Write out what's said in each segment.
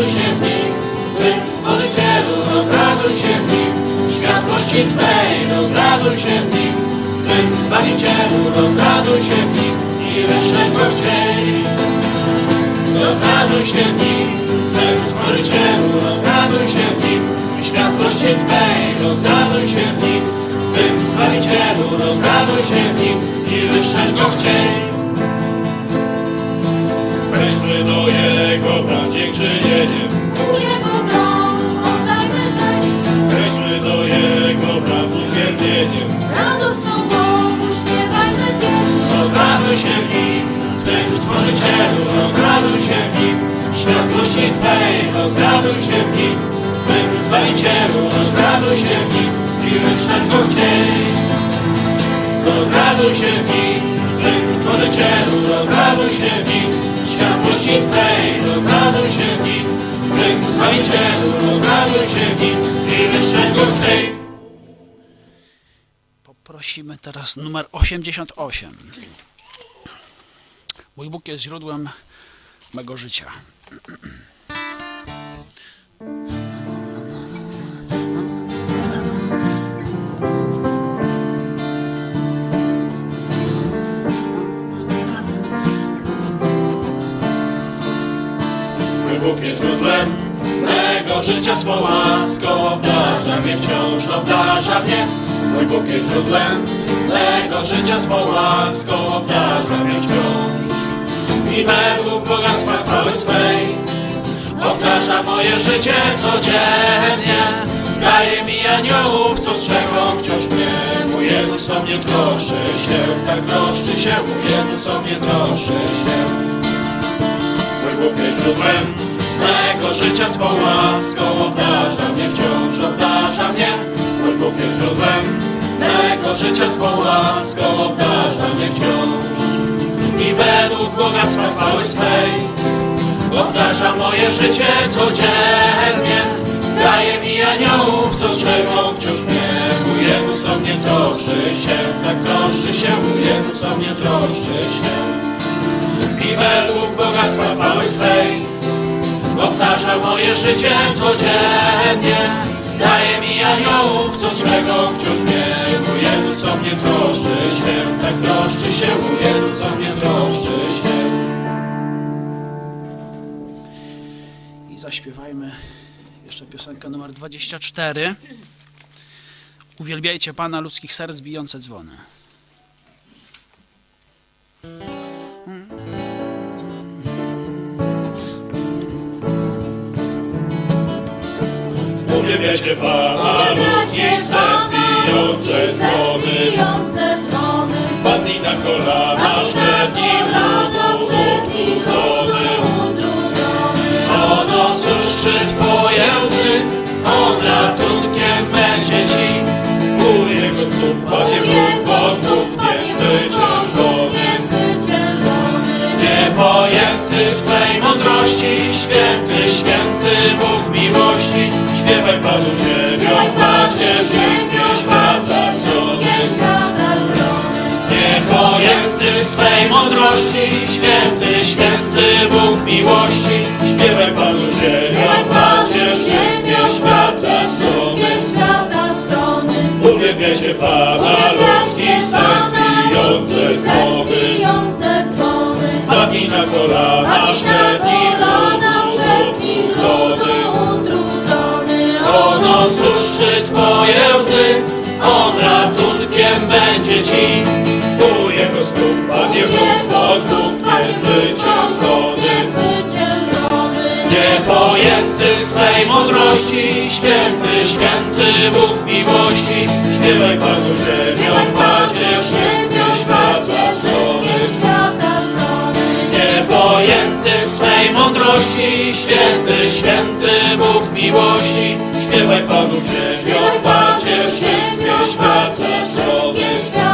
rozraduj się w nim, Twym Stworzycielu, rozraduj się w nim, światłości Twej, rozraduj się w nim, Twym Zbawicielu, rozraduj się w nim i wyszczeć go chciej. Rozraduj się w nim, Twym Stworzycielu, rozraduj się w nim, światłości Twej, rozraduj się w nim, Twym Zbawicielu, rozraduj się w nim i wyszczeć go chciej. Weźmy do Jego bram dziękczynieniem, u Jego bram oddajmy cześć. weźmy do Jego bram z uwielbieniem, Radosną Bogu śpiewajmy pieśń. rozraduj się w nim, Twym Stworzycielu, rozraduj się w nim, światłości Twej, rozraduj się w nim, Twym Zbawicielu, rozraduj się w nim i wyszczeć go chciej. Rozraduj się w nim, Twym Stworzycielu, rozraduj się w nim, światłości Twej, rozraduj się w nim, Twym Zbawicielu, rozraduj się w nim i wyszczeć go chciej. Poprosimy teraz numer 88. Mój Bóg jest źródłem mego życia. Mój Bóg jest źródłem mego życia, swą łaską obdarza mnie, wciąż obdarza mnie. Mój Bóg jest źródłem mego życia, swą łaską obdarza mnie wciąż. I według bogactwa chwały swej obdarza moje życie codziennie. Daje mi aniołów, co strzegą wciąż mnie. Mój Jezus o mnie troszczy się, tak troszczy się, mój Jezus o mnie troszczy się. Mój Bóg jest źródłem mego życia, swą łaską obdarza mnie, wciąż obdarza mnie. Mój Bóg jest źródłem mego życia, swą łaską obdarza mnie wciąż. I według bogactwa chwały swej obdarza moje życie codziennie. Daje mi aniołów, co strzegą wciąż mnie. Mój Jezus o mnie troszczy się, tak troszczy się, mój Jezus o mnie troszczy się. I według bogactwa chwały swej obdarza moje życie codziennie. Daje mi aniołów, co strzegą wciąż mnie. Mój Jezus o mnie troszczy się, tak troszczy się, mój Jezus o mnie troszczy się. I zaśpiewajmy jeszcze piosenkę numer 24. Uwielbiajcie Pana, ludzkich serc bijące dzwony. Uwielbiajcie Pana, ludzkich serc bijące dzwony. Padnij na kolana, szepnij ludu utrudzony. On osuszy Twoje łzy, on ratunkiem będzie Ci. U Jego stóp padnie wróg, bo znów niezwyciężony. Niepojęty swej mądrości, święty, święty Bóg miłości. Śpiewaj Panu ziemią, pacierz wszystkie świata strony. Niepojęty swej mądrości, święty, święty Bóg miłości. Śpiewaj Panu ziemią, pacierz wszystkie świata strony. Uwielbiajcie Pana, ludzkich serc bijące dzwony. Padnij na kolana, szepnij utrudzony. On osuszy Twoje łzy, on ratunkiem będzie Ci. U Jego stóp padnie wróg, bo znów niezwyciężony. Niepojęty swej mądrości, święty, święty Bóg miłości. Śpiewaj Panu ziemią, pacierz wszystkie świata strony. Niepojęty swej mądrości, święty, święty Bóg miłości. Śpiewaj Panu ziemią, pacierz wszystkie świata strony.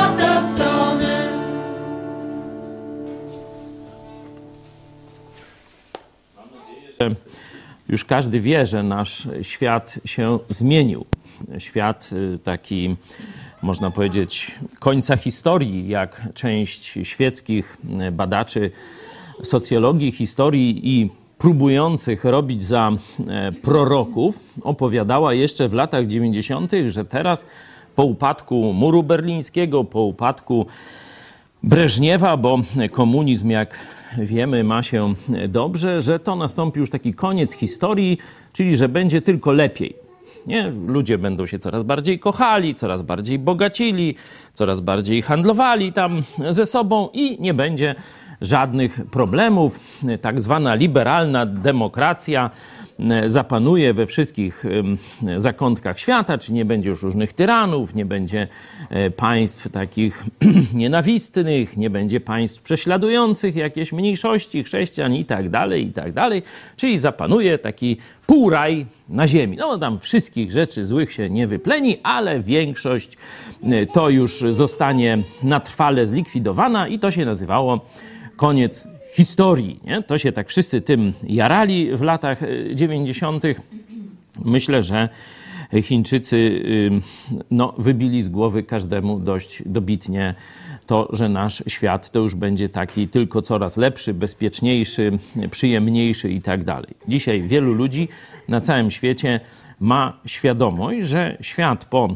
Już każdy wie, że nasz świat się zmienił. Świat taki, można powiedzieć, końca historii, jak część świeckich badaczy socjologii, historii i próbujących robić za proroków opowiadała jeszcze w latach 90., że teraz po upadku muru berlińskiego, po upadku Breżniewa, bo komunizm, jak wiemy, ma się dobrze, że to nastąpi już taki koniec historii, czyli że będzie tylko lepiej. Nie? Ludzie będą się coraz bardziej kochali, coraz bardziej bogacili, coraz bardziej handlowali tam ze sobą i nie będzie żadnych problemów. Tak zwana liberalna demokracja zapanuje we wszystkich zakątkach świata, czy nie będzie już różnych tyranów, nie będzie państw takich nienawistnych, nie będzie państw prześladujących jakieś mniejszości, chrześcijan i tak dalej, czyli zapanuje taki półraj na ziemi. No tam wszystkich rzeczy złych się nie wypleni, ale większość to już zostanie na trwale zlikwidowana i to się nazywało koniec historii. Nie? To się tak wszyscy tym jarali w latach 90. Myślę, że Chińczycy wybili z głowy każdemu dość dobitnie to, że nasz świat to już będzie taki tylko coraz lepszy, bezpieczniejszy, przyjemniejszy i tak dalej. Dzisiaj wielu ludzi na całym świecie ma świadomość, że świat po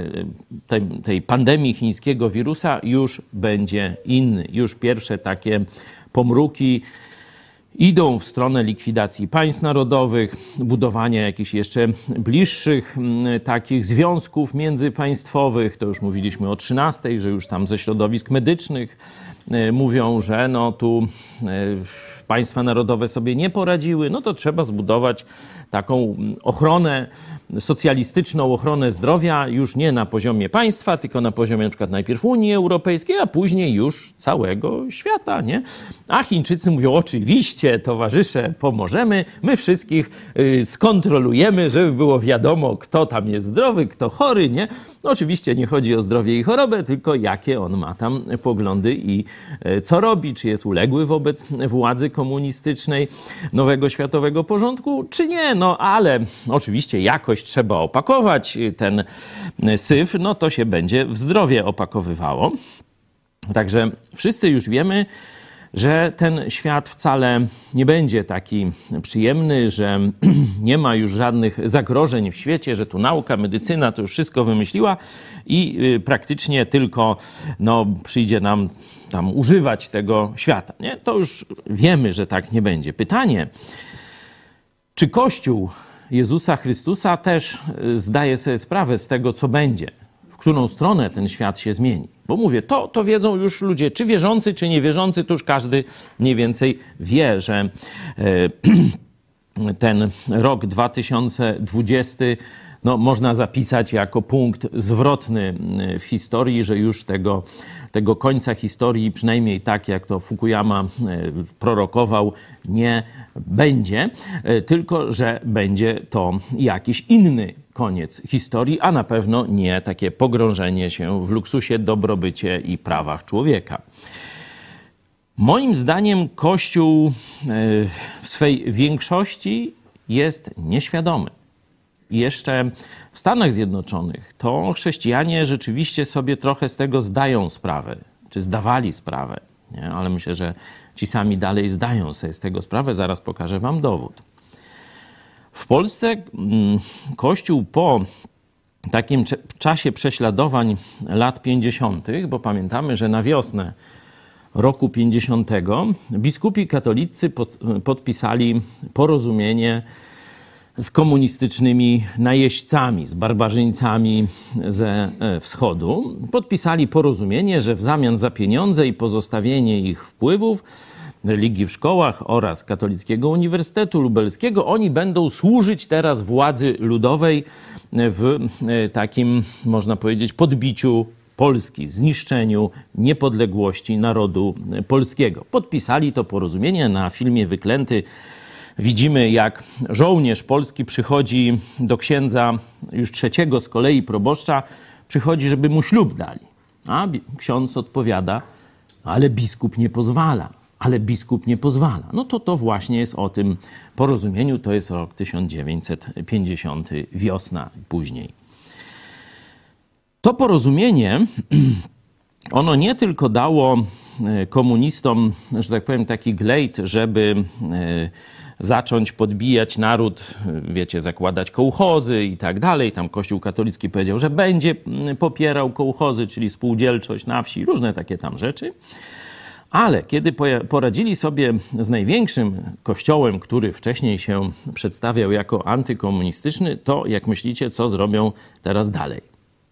tej pandemii chińskiego wirusa już będzie inny. Już pierwsze takie pomruki idą w stronę likwidacji państw narodowych, budowania jakichś jeszcze bliższych takich związków międzypaństwowych. To już mówiliśmy o 13, że już tam ze środowisk medycznych mówią, że tu państwa narodowe sobie nie poradziły, to trzeba zbudować taką ochronę, socjalistyczną ochronę zdrowia już nie na poziomie państwa, tylko na poziomie na przykład najpierw Unii Europejskiej, a później już całego świata, nie? A Chińczycy mówią, oczywiście, towarzysze, pomożemy, my wszystkich skontrolujemy, żeby było wiadomo, kto tam jest zdrowy, kto chory, nie? Oczywiście nie chodzi o zdrowie i chorobę, tylko jakie on ma tam poglądy i co robi, czy jest uległy wobec władzy komunistycznej, nowego światowego porządku, czy nie. Ale oczywiście jakoś trzeba opakować ten syf, to się będzie w zdrowie opakowywało. Także wszyscy już wiemy, że ten świat wcale nie będzie taki przyjemny, że nie ma już żadnych zagrożeń w świecie, że tu nauka, medycyna to już wszystko wymyśliła i praktycznie tylko przyjdzie nam tam używać tego świata. Nie? To już wiemy, że tak nie będzie. Pytanie, czy Kościół Jezusa Chrystusa też zdaje sobie sprawę z tego, co będzie, w którą stronę ten świat się zmieni? Bo mówię, to wiedzą już ludzie, czy wierzący, czy niewierzący, to już każdy mniej więcej wie, że ten rok 2020 można zapisać jako punkt zwrotny w historii, że już tego końca historii, przynajmniej tak jak to Fukuyama prorokował, nie będzie, tylko że będzie to jakiś inny koniec historii, a na pewno nie takie pogrążenie się w luksusie, dobrobycie i prawach człowieka. Moim zdaniem Kościół w swej większości jest nieświadomy. Jeszcze w Stanach Zjednoczonych to chrześcijanie rzeczywiście sobie trochę z tego zdają sprawę, czy zdawali sprawę, nie? Ale myślę, że ci sami dalej zdają sobie z tego sprawę. Zaraz pokażę wam dowód. W Polsce Kościół po takim czasie prześladowań lat 50., bo pamiętamy, że na wiosnę roku 50 biskupi katolicy podpisali porozumienie z komunistycznymi najeźdźcami, z barbarzyńcami ze wschodu. Podpisali porozumienie, że w zamian za pieniądze i pozostawienie ich wpływów, religii w szkołach oraz Katolickiego Uniwersytetu Lubelskiego, oni będą służyć teraz władzy ludowej w takim, można powiedzieć, podbiciu Polski, w zniszczeniu niepodległości narodu polskiego. Podpisali to porozumienie. Na filmie Wyklęty widzimy, jak żołnierz polski przychodzi do księdza już trzeciego z kolei proboszcza, przychodzi, żeby mu ślub dali. A ksiądz odpowiada, ale biskup nie pozwala, ale biskup nie pozwala. To właśnie jest o tym porozumieniu, to jest rok 1950, wiosna i później. To porozumienie, ono nie tylko dało komunistom, że tak powiem, taki glejt, żeby zacząć podbijać naród, wiecie, zakładać kołchozy i tak dalej. Tam Kościół katolicki powiedział, że będzie popierał kołchozy, czyli spółdzielczość na wsi, różne takie tam rzeczy. Ale kiedy poradzili sobie z największym kościołem, który wcześniej się przedstawiał jako antykomunistyczny, to jak myślicie, co zrobią teraz dalej?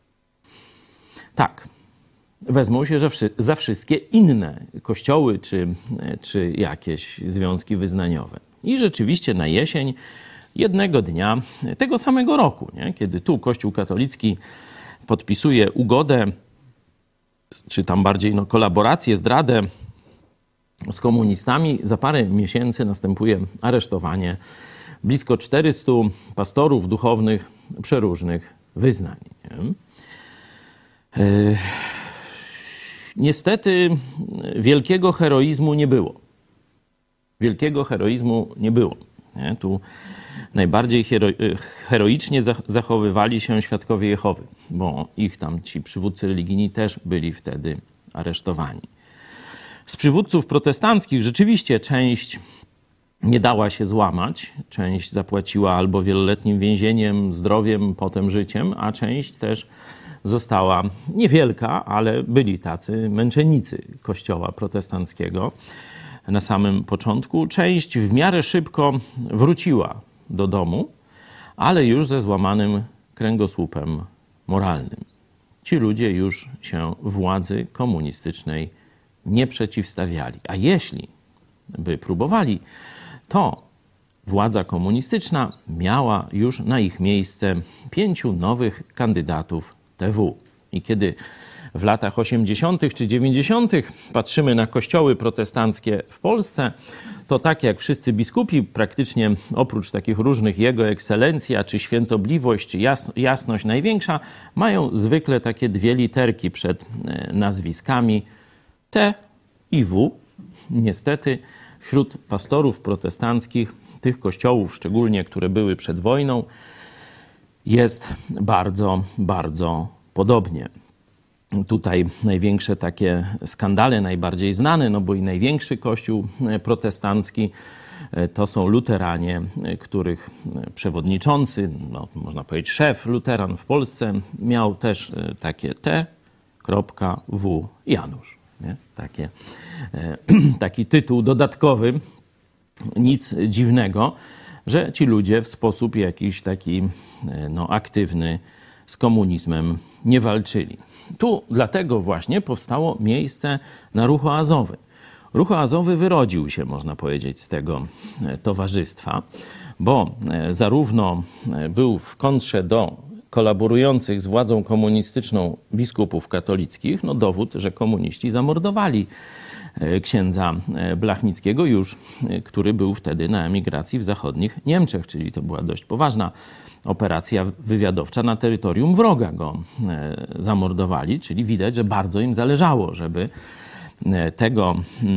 Tak, wezmą się za wszystkie inne kościoły czy jakieś związki wyznaniowe. I rzeczywiście na jesień jednego dnia tego samego roku, nie? Kiedy tu Kościół katolicki podpisuje ugodę, czy tam bardziej kolaborację, zdradę z komunistami, za parę miesięcy następuje aresztowanie blisko 400 pastorów duchownych przeróżnych wyznań. Nie? Niestety wielkiego heroizmu nie było. Wielkiego heroizmu nie było. Nie? Tu najbardziej heroicznie zachowywali się świadkowie Jehowy, bo ich tam ci przywódcy religijni też byli wtedy aresztowani. Z przywódców protestanckich rzeczywiście część nie dała się złamać, część zapłaciła albo wieloletnim więzieniem, zdrowiem, potem życiem, a część też została niewielka, ale byli tacy męczennicy Kościoła protestanckiego na samym początku. Część w miarę szybko wróciła do domu, ale już ze złamanym kręgosłupem moralnym. Ci ludzie już się władzy komunistycznej nie przeciwstawiali. A jeśli by próbowali, to władza komunistyczna miała już na ich miejsce 5 nowych kandydatów TW. I kiedy w latach 80. czy 90. patrzymy na kościoły protestanckie w Polsce, to tak jak wszyscy biskupi, praktycznie oprócz takich różnych Jego Ekscelencja, czy Świętobliwość, czy Jasność Największa, mają zwykle takie 2 literki przed nazwiskami T i W. Niestety wśród pastorów protestanckich, tych kościołów szczególnie, które były przed wojną, jest bardzo, bardzo podobnie. Tutaj największe takie skandale, najbardziej znane, no bo i największy kościół protestancki to są luteranie, których przewodniczący, no można powiedzieć szef luteran w Polsce miał też takie T.W. Janusz. Nie? Taki tytuł dodatkowy, nic dziwnego, że ci ludzie w sposób jakiś taki aktywny z komunizmem nie walczyli. Tu dlatego właśnie powstało miejsce na Ruch Oazowy. Ruch Oazowy wyrodził się, można powiedzieć, z tego towarzystwa, bo zarówno był w kontrze do kolaborujących z władzą komunistyczną biskupów katolickich, dowód, że komuniści zamordowali księdza Blachnickiego już, który był wtedy na emigracji w zachodnich Niemczech, czyli to była dość poważna operacja wywiadowcza na terytorium wroga go zamordowali, czyli widać, że bardzo im zależało, żeby tego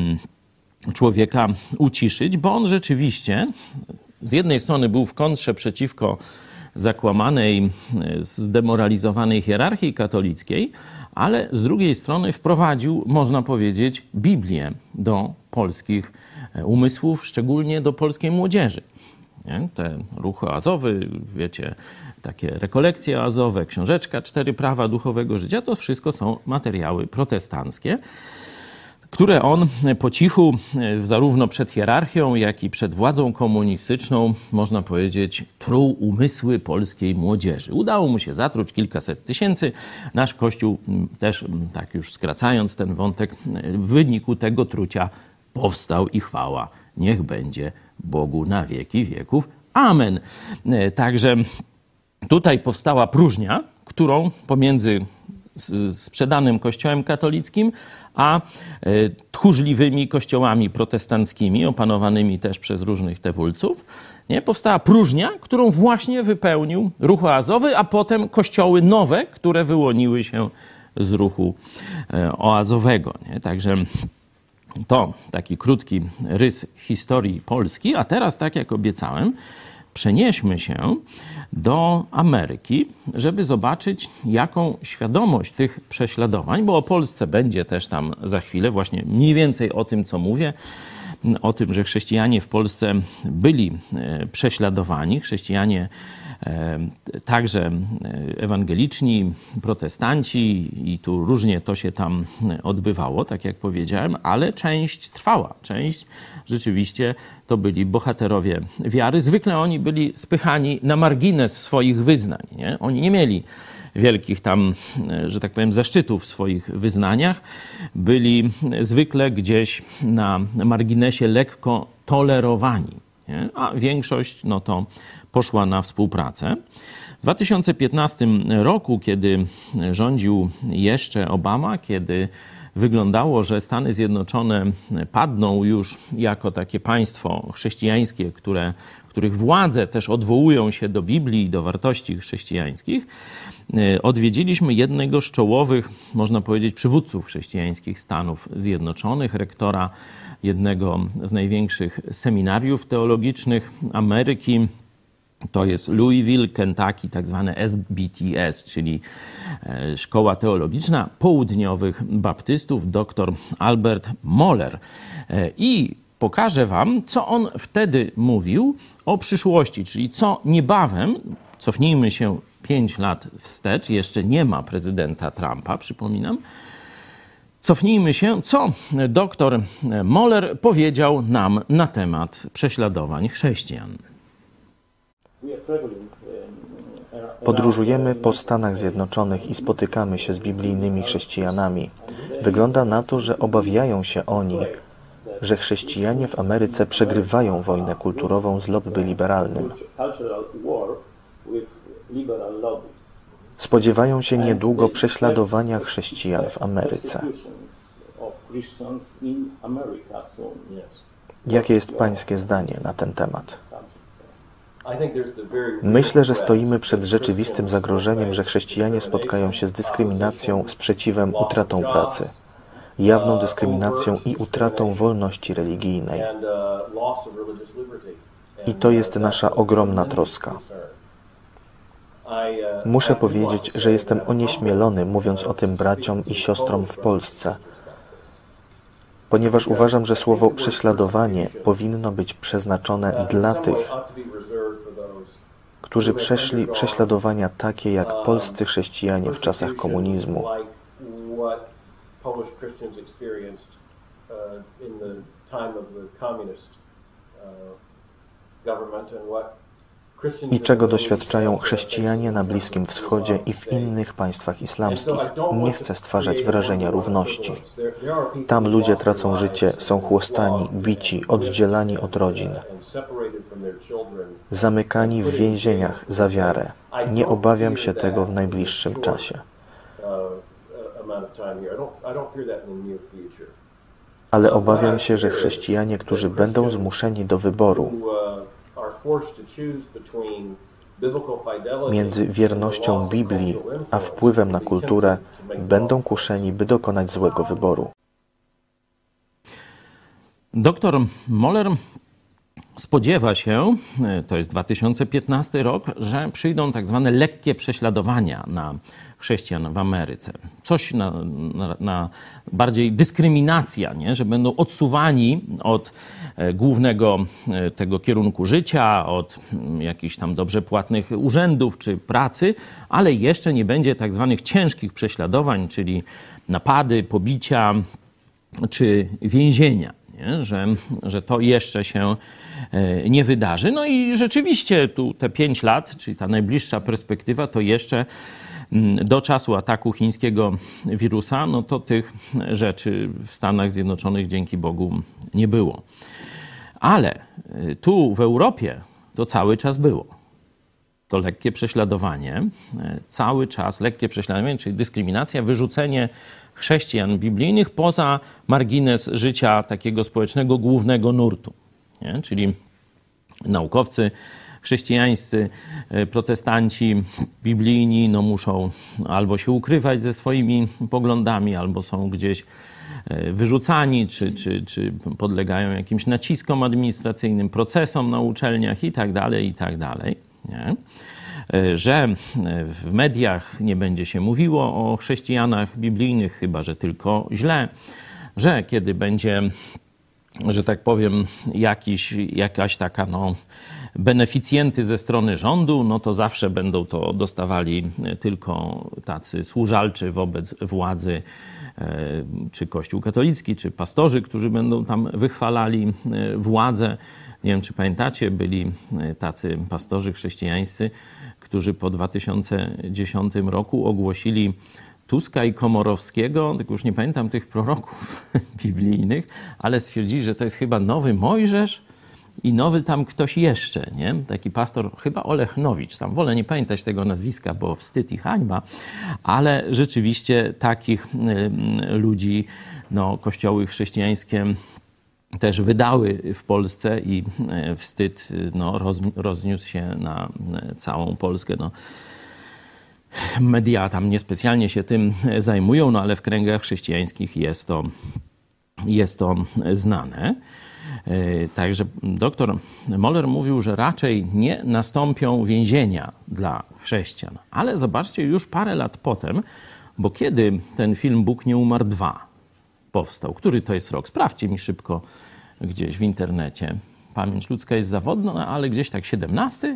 człowieka uciszyć, bo on rzeczywiście z jednej strony był w kontrze przeciwko zakłamanej, zdemoralizowanej hierarchii katolickiej, ale z drugiej strony wprowadził, można powiedzieć, Biblię do polskich umysłów, szczególnie do polskiej młodzieży. Nie? Te ruchy oazowy, wiecie, takie rekolekcje oazowe, książeczka 4 prawa duchowego życia, to wszystko są materiały protestanckie, które on po cichu, zarówno przed hierarchią, jak i przed władzą komunistyczną, można powiedzieć, truł umysły polskiej młodzieży. Udało mu się zatruć kilkaset tysięcy. Nasz Kościół też, tak już skracając ten wątek, w wyniku tego trucia powstał i chwała niech będzie Bogu na wieki wieków. Amen. Także tutaj powstała próżnia, którą pomiędzy sprzedanym kościołem katolickim, a tchórzliwymi kościołami protestanckimi, opanowanymi też przez różnych tewulców, powstała próżnia, którą właśnie wypełnił ruch oazowy, a potem kościoły nowe, które wyłoniły się z ruchu oazowego. Także to taki krótki rys historii Polski, a teraz, tak jak obiecałem, przenieśmy się do Ameryki, żeby zobaczyć, jaką świadomość tych prześladowań, bo o Polsce będzie też tam za chwilę, właśnie mniej więcej o tym, co mówię, o tym, że chrześcijanie w Polsce byli prześladowani. Chrześcijanie także ewangeliczni, protestanci i tu różnie to się tam odbywało, tak jak powiedziałem, ale część trwała. Część rzeczywiście to byli bohaterowie wiary. Zwykle oni byli spychani na margines swoich wyznań. Nie? Oni nie mieli wielkich tam, że tak powiem, zaszczytów w swoich wyznaniach. Byli zwykle gdzieś na marginesie lekko tolerowani. Nie? A większość no to poszła na współpracę. W 2015 roku, kiedy rządził jeszcze Obama, kiedy wyglądało, że Stany Zjednoczone padną już jako takie państwo chrześcijańskie, których władze też odwołują się do Biblii i do wartości chrześcijańskich, odwiedziliśmy jednego z czołowych, można powiedzieć, przywódców chrześcijańskich Stanów Zjednoczonych, rektora jednego z największych seminariów teologicznych Ameryki. To jest Louisville, Kentucky, tak zwane SBTS, czyli Szkoła Teologiczna Południowych Baptystów, dr Albert Mohler. I pokażę wam, co on wtedy mówił o przyszłości, czyli co niebawem, cofnijmy się 5 lat wstecz, jeszcze nie ma prezydenta Trumpa, przypominam. Cofnijmy się, co dr Mohler powiedział nam na temat prześladowań chrześcijan. Podróżujemy po Stanach Zjednoczonych i spotykamy się z biblijnymi chrześcijanami. Wygląda na to, że obawiają się oni, że chrześcijanie w Ameryce przegrywają wojnę kulturową z lobby liberalnym. Spodziewają się niedługo prześladowania chrześcijan w Ameryce. Jakie jest pańskie zdanie na ten temat? Myślę, że stoimy przed rzeczywistym zagrożeniem, że chrześcijanie spotkają się z dyskryminacją, sprzeciwem, utratą pracy, jawną dyskryminacją i utratą wolności religijnej. I to jest nasza ogromna troska. Muszę powiedzieć, że jestem onieśmielony, mówiąc o tym braciom i siostrom w Polsce, ponieważ uważam, że słowo prześladowanie powinno być przeznaczone dla tych, którzy przeszli prześladowania takie jak polscy chrześcijanie w czasach komunizmu. I czego doświadczają chrześcijanie na Bliskim Wschodzie i w innych państwach islamskich. Nie chcę stwarzać wrażenia równości. Tam ludzie tracą życie, są chłostani, bici, oddzielani od rodzin, zamykani w więzieniach za wiarę. Nie obawiam się tego w najbliższym czasie. Ale obawiam się, że chrześcijanie, którzy będą zmuszeni do wyboru między wiernością Biblii a wpływem na kulturę, będą kuszeni, by dokonać złego wyboru. Doktor Mohler spodziewa się, to jest 2015 rok, że przyjdą tak zwane lekkie prześladowania na chrześcijan w Ameryce. Coś na bardziej dyskryminacja, nie? Że będą odsuwani od głównego tego kierunku życia, od jakichś tam dobrze płatnych urzędów czy pracy, ale jeszcze nie będzie tak zwanych ciężkich prześladowań, czyli napady, pobicia czy więzienia. Nie? Że to jeszcze się nie wydarzy. No i rzeczywiście tu te 5 lat, czyli ta najbliższa perspektywa, to jeszcze do czasu ataku chińskiego wirusa, no to tych rzeczy w Stanach Zjednoczonych dzięki Bogu nie było. Ale tu w Europie to cały czas było. To lekkie prześladowanie, cały czas lekkie prześladowanie, czyli dyskryminacja, wyrzucenie chrześcijan biblijnych poza margines życia takiego społecznego głównego nurtu. Nie? Czyli naukowcy chrześcijańscy, protestanci biblijni no muszą albo się ukrywać ze swoimi poglądami, albo są gdzieś wyrzucani, czy podlegają jakimś naciskom administracyjnym, procesom na uczelniach i tak dalej. Nie? Że w mediach nie będzie się mówiło o chrześcijanach biblijnych, chyba że tylko źle, że kiedy będzie że tak powiem, jakaś taka beneficjenty ze strony rządu, no to zawsze będą to dostawali tylko tacy służalczy wobec władzy, czy Kościół katolicki, czy pastorzy, którzy będą tam wychwalali władzę. Nie wiem, czy pamiętacie, byli tacy pastorzy chrześcijańscy, którzy po 2010 roku ogłosili Tuska i Komorowskiego, tylko już nie pamiętam tych proroków biblijnych, ale stwierdzili, że to jest chyba nowy Mojżesz i nowy tam ktoś jeszcze, nie? Taki pastor, chyba Olechnowicz, tam wolę nie pamiętać tego nazwiska, bo wstyd i hańba, ale rzeczywiście takich ludzi, kościoły chrześcijańskie też wydały w Polsce i wstyd rozniósł się na całą Polskę. Media tam niespecjalnie się tym zajmują, ale w kręgach chrześcijańskich jest to znane. Także dr Moller mówił, że raczej nie nastąpią więzienia dla chrześcijan. Ale zobaczcie, już parę lat potem, bo kiedy ten film Bóg nie umarł 2 powstał? Który to jest rok? Sprawdźcie mi szybko gdzieś w internecie. Pamięć ludzka jest zawodna, ale gdzieś tak 17?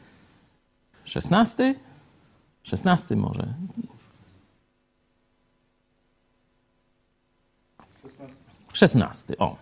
16? 16 może. 16, o.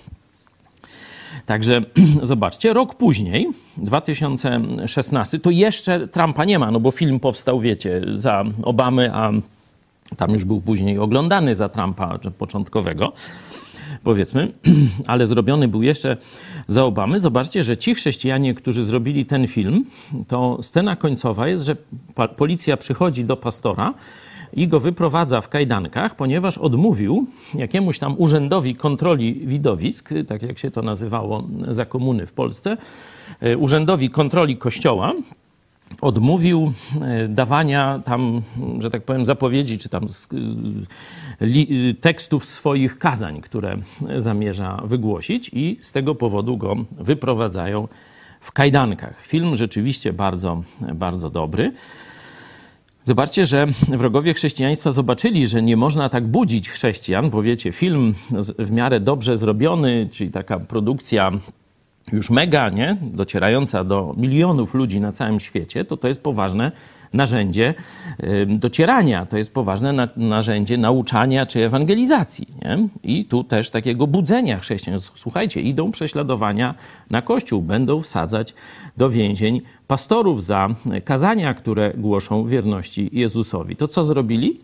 Także zobaczcie, rok później, 2016, to jeszcze Trumpa nie ma, bo film powstał, wiecie, za Obamy, a tam już był później oglądany za Trumpa początkowego, powiedzmy, ale zrobiony był jeszcze za Obamy. Zobaczcie, że ci chrześcijanie, którzy zrobili ten film, to scena końcowa jest, że policja przychodzi do pastora i go wyprowadza w kajdankach, ponieważ odmówił jakiemuś tam urzędowi kontroli widowisk, tak jak się to nazywało za komuny w Polsce, urzędowi kontroli kościoła, odmówił dawania tam, że tak powiem, zapowiedzi, czy tam tekstów swoich kazań, które zamierza wygłosić, i z tego powodu go wyprowadzają w kajdankach. Film rzeczywiście bardzo, bardzo dobry. Zobaczcie, że wrogowie chrześcijaństwa zobaczyli, że nie można tak budzić chrześcijan, bo wiecie, film w miarę dobrze zrobiony, czyli taka produkcja już mega, nie? Docierająca do milionów ludzi na całym świecie, to jest poważne narzędzie docierania, to jest poważne narzędzie nauczania czy ewangelizacji, nie? I tu też takiego budzenia chrześcijan. Słuchajcie, idą prześladowania na Kościół, będą wsadzać do więzień pastorów za kazania, które głoszą wierności Jezusowi. To co zrobili?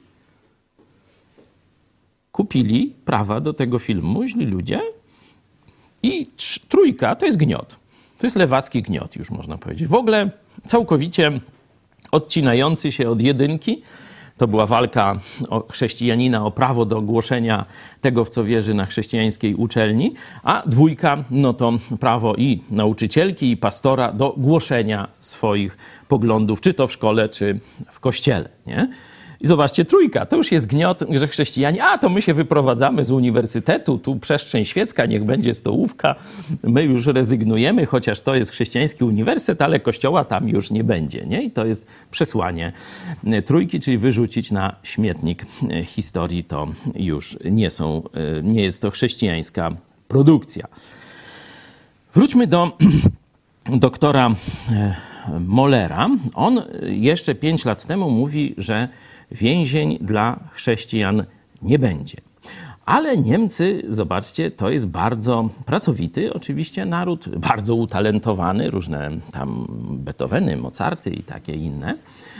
Kupili prawa do tego filmu źli ludzie. I 3 to jest gniot. To jest lewacki gniot, już można powiedzieć. W ogóle całkowicie odcinający się od 1. To była walka chrześcijanina o prawo do głoszenia tego, w co wierzy, na chrześcijańskiej uczelni, a 2 to prawo i nauczycielki, i pastora do głoszenia swoich poglądów, czy to w szkole, czy w kościele, nie? I zobaczcie, 3 to już jest gniot, że chrześcijanie, to my się wyprowadzamy z uniwersytetu, tu przestrzeń świecka, niech będzie stołówka, my już rezygnujemy, chociaż to jest chrześcijański uniwersytet, ale kościoła tam już nie będzie, nie? I to jest przesłanie 3, czyli wyrzucić na śmietnik historii, to już nie jest to chrześcijańska produkcja. Wróćmy do doktora Mollera. On jeszcze 5 lat temu mówi, że więzień dla chrześcijan nie będzie. Ale Niemcy, zobaczcie, to jest bardzo pracowity oczywiście naród, bardzo utalentowany, różne tam Beethoveny, Mozarty i takie inne,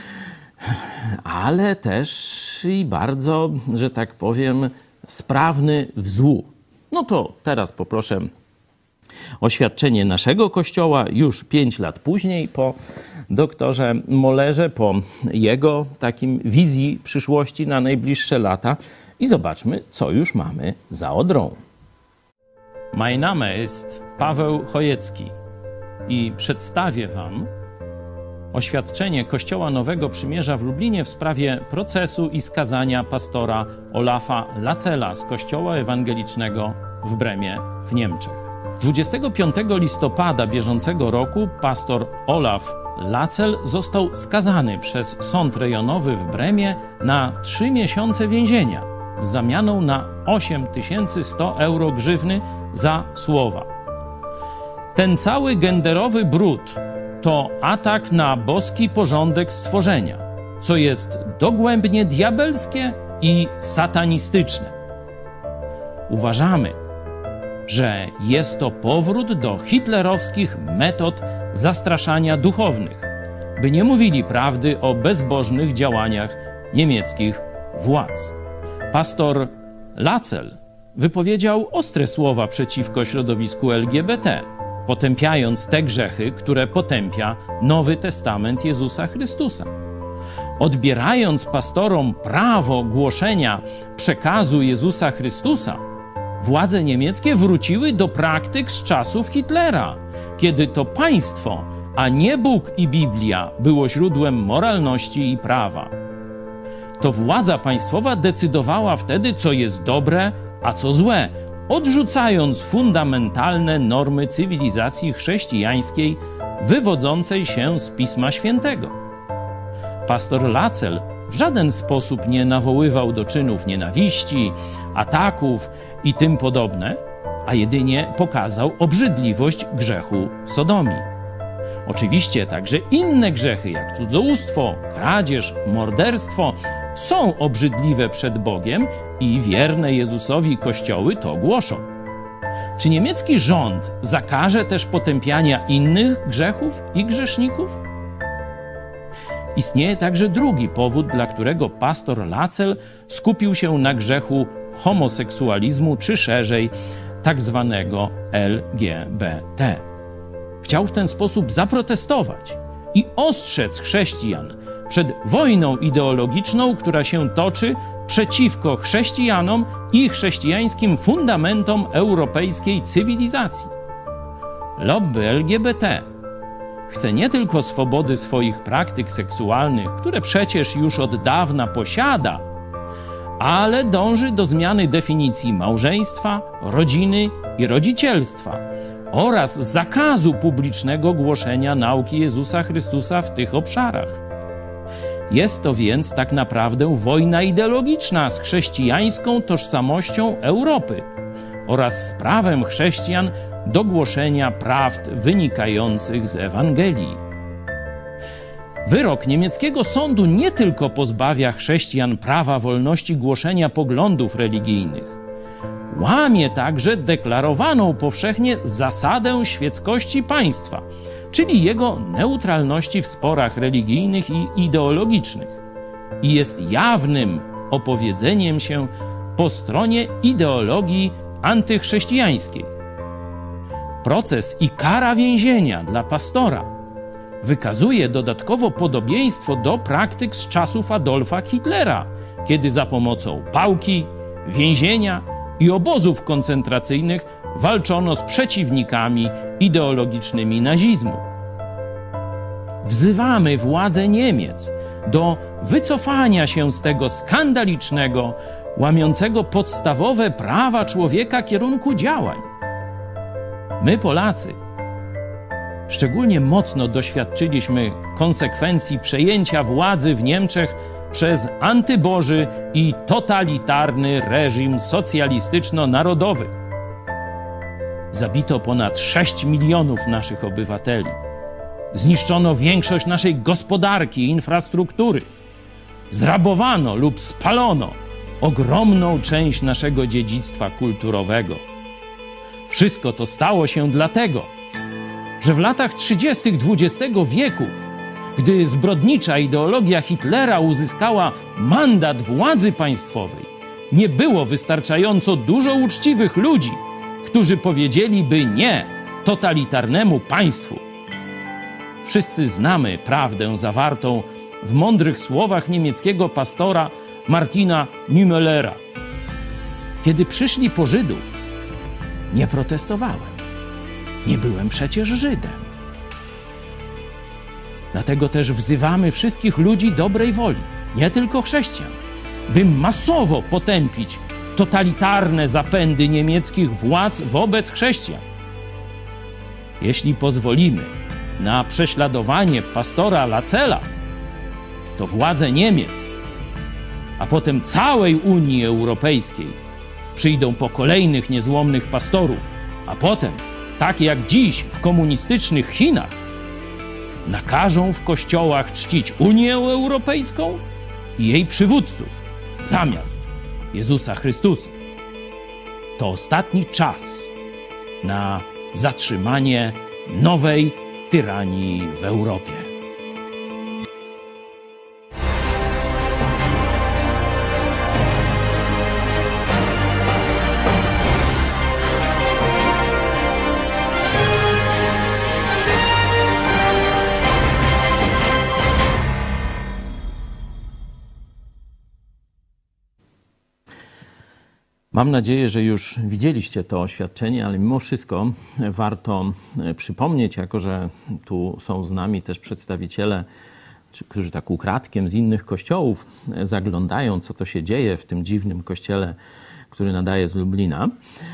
ale też i bardzo, że tak powiem, sprawny w złu. No to teraz poproszę oświadczenie naszego Kościoła już 5 lat później, po doktorze Mollerze, po jego takim wizji przyszłości na najbliższe lata, i zobaczmy, co już mamy za Odrą. Mein Name ist Paweł Chojecki i przedstawię wam oświadczenie Kościoła Nowego Przymierza w Lublinie w sprawie procesu i skazania pastora Olafa Lacela z Kościoła Ewangelicznego w Bremie w Niemczech. 25 listopada bieżącego roku pastor Olaf Lacel został skazany przez sąd rejonowy w Bremie na 3 miesiące więzienia z zamianą na 8100 euro grzywny za słowa. Ten cały genderowy brud to atak na boski porządek stworzenia, co jest dogłębnie diabelskie i satanistyczne. Uważamy, że jest to powrót do hitlerowskich metod zastraszania duchownych, by nie mówili prawdy o bezbożnych działaniach niemieckich władz. Pastor Lacel wypowiedział ostre słowa przeciwko środowisku LGBT, potępiając te grzechy, które potępia Nowy Testament Jezusa Chrystusa. Odbierając pastorom prawo głoszenia przekazu Jezusa Chrystusa, władze niemieckie wróciły do praktyk z czasów Hitlera, kiedy to państwo, a nie Bóg i Biblia było źródłem moralności i prawa. To władza państwowa decydowała wtedy, co jest dobre, a co złe, odrzucając fundamentalne normy cywilizacji chrześcijańskiej wywodzącej się z Pisma Świętego. Pastor Lacel w żaden sposób nie nawoływał do czynów nienawiści, ataków i tym podobne, a jedynie pokazał obrzydliwość grzechu sodomii. Oczywiście także inne grzechy, jak cudzołóstwo, kradzież, morderstwo, są obrzydliwe przed Bogiem i wierne Jezusowi kościoły to głoszą. Czy niemiecki rząd zakaże też potępiania innych grzechów i grzeszników? Istnieje także drugi powód, dla którego pastor Lacel skupił się na grzechu homoseksualizmu, czy szerzej tak zwanego LGBT. Chciał w ten sposób zaprotestować i ostrzec chrześcijan przed wojną ideologiczną, która się toczy przeciwko chrześcijanom i chrześcijańskim fundamentom europejskiej cywilizacji. Lobby LGBT chce nie tylko swobody swoich praktyk seksualnych, które przecież już od dawna posiada, ale dąży do zmiany definicji małżeństwa, rodziny i rodzicielstwa oraz zakazu publicznego głoszenia nauki Jezusa Chrystusa w tych obszarach. Jest to więc tak naprawdę wojna ideologiczna z chrześcijańską tożsamością Europy oraz z prawem chrześcijan do głoszenia prawd wynikających z Ewangelii. Wyrok niemieckiego sądu nie tylko pozbawia chrześcijan prawa wolności głoszenia poglądów religijnych, łamie także deklarowaną powszechnie zasadę świeckości państwa, czyli jego neutralności w sporach religijnych i ideologicznych, i jest jawnym opowiedzeniem się po stronie ideologii antychrześcijańskiej. Proces i kara więzienia dla pastora wykazuje dodatkowo podobieństwo do praktyk z czasów Adolfa Hitlera, kiedy za pomocą pałki, więzienia i obozów koncentracyjnych walczono z przeciwnikami ideologicznymi nazizmu. Wzywamy władze Niemiec do wycofania się z tego skandalicznego, łamiącego podstawowe prawa człowieka kierunku działań. My, Polacy, szczególnie mocno doświadczyliśmy konsekwencji przejęcia władzy w Niemczech przez antyboży i totalitarny reżim socjalistyczno-narodowy. Zabito ponad 6 milionów naszych obywateli. Zniszczono większość naszej gospodarki i infrastruktury. Zrabowano lub spalono ogromną część naszego dziedzictwa kulturowego. Wszystko to stało się dlatego, że w latach 30. XX wieku, gdy zbrodnicza ideologia Hitlera uzyskała mandat władzy państwowej, nie było wystarczająco dużo uczciwych ludzi, którzy powiedzieliby nie totalitarnemu państwu. Wszyscy znamy prawdę zawartą w mądrych słowach niemieckiego pastora Martina Niemöllera. Kiedy przyszli po Żydów, nie protestowałem. Nie byłem przecież Żydem. Dlatego też wzywamy wszystkich ludzi dobrej woli, nie tylko chrześcijan, by masowo potępić totalitarne zapędy niemieckich władz wobec chrześcijan. Jeśli pozwolimy na prześladowanie pastora Lacela, to władze Niemiec, a potem całej Unii Europejskiej przyjdą po kolejnych niezłomnych pastorów, a potem, tak jak dziś w komunistycznych Chinach, nakażą w kościołach czcić Unię Europejską i jej przywódców zamiast Jezusa Chrystusa. To ostatni czas na zatrzymanie nowej tyranii w Europie. Mam nadzieję, że już widzieliście to oświadczenie, ale mimo wszystko warto przypomnieć, jako że tu są z nami też przedstawiciele, którzy tak ukradkiem z innych kościołów zaglądają, co to się dzieje w tym dziwnym kościele, który nadaje z Lublina,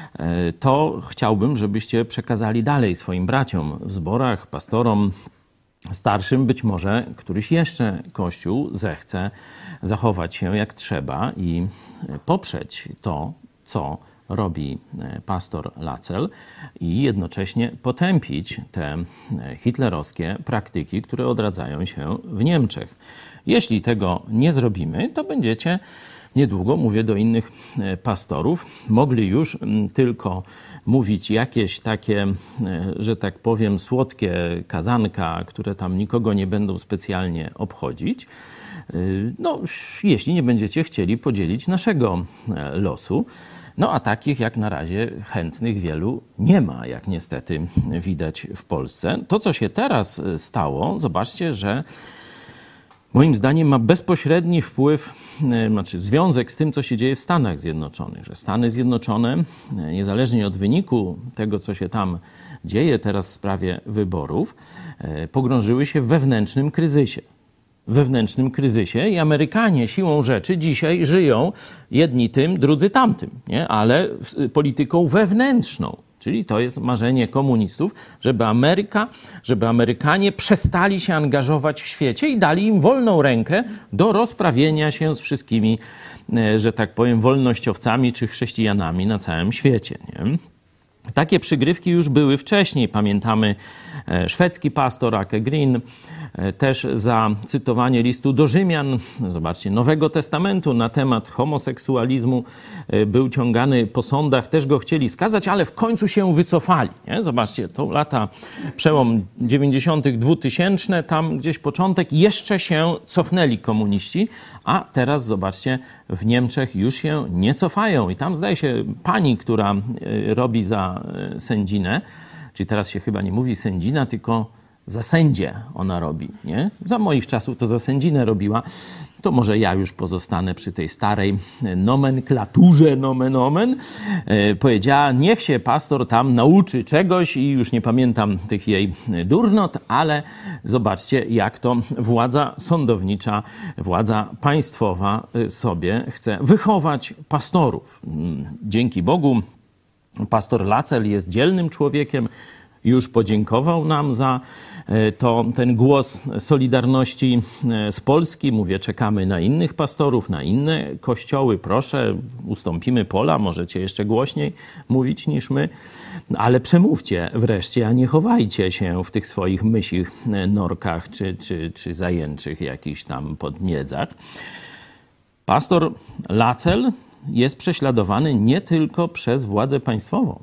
to chciałbym, żebyście przekazali dalej swoim braciom w zborach, pastorom, starszym. Być może któryś jeszcze kościół zechce zachować się jak trzeba i poprzeć to, co robi pastor Lacel i jednocześnie potępić te hitlerowskie praktyki, które odradzają się w Niemczech. Jeśli tego nie zrobimy, to będziecie niedługo, mówię do innych pastorów, mogli już tylko mówić jakieś takie, że tak powiem, słodkie kazanka, które tam nikogo nie będą specjalnie obchodzić. No, jeśli nie będziecie chcieli podzielić naszego losu. No a takich jak na razie chętnych wielu nie ma, jak niestety widać w Polsce. To, co się teraz stało, zobaczcie, że moim zdaniem ma bezpośredni wpływ, znaczy związek z tym, co się dzieje w Stanach Zjednoczonych. Że Stany Zjednoczone, niezależnie od wyniku tego, co się tam dzieje teraz w sprawie wyborów, pogrążyły się w wewnętrznym kryzysie i Amerykanie siłą rzeczy dzisiaj żyją jedni tym, drudzy tamtym, nie? Ale polityką wewnętrzną. Czyli to jest marzenie komunistów, żeby Amerykanie przestali się angażować w świecie i dali im wolną rękę do rozprawienia się z wszystkimi, że tak powiem, wolnościowcami czy chrześcijanami na całym świecie, nie? Takie przygrywki już były wcześniej. Pamiętamy szwedzki pastor Ake Green, też za cytowanie listu do Rzymian, zobaczcie, Nowego Testamentu na temat homoseksualizmu był ciągany po sądach, też go chcieli skazać, ale w końcu się wycofali. Nie? Zobaczcie, to lata, przełom 90., 2000, tam gdzieś początek, jeszcze się cofnęli komuniści, a teraz zobaczcie, w Niemczech już się nie cofają. I tam zdaje się pani, która robi za sędzinę, czyli teraz się chyba nie mówi sędzina, tylko za sędzię ona robi, nie? Za moich czasów to za sędzinę robiła. To może ja już pozostanę przy tej starej nomenklaturze, nomen omen. Powiedziała, niech się pastor tam nauczy czegoś i już nie pamiętam tych jej durnot, ale zobaczcie, jak to władza sądownicza, władza państwowa sobie chce wychować pastorów. Dzięki Bogu pastor Lacel jest dzielnym człowiekiem, już podziękował nam za ten głos Solidarności z Polski. Mówię, czekamy na innych pastorów, na inne kościoły. Proszę, ustąpimy pola, możecie jeszcze głośniej mówić niż my, ale przemówcie wreszcie, a nie chowajcie się w tych swoich mysich norkach czy zajęczych jakichś tam podmiedzach. Pastor Lacel jest prześladowany nie tylko przez władzę państwową.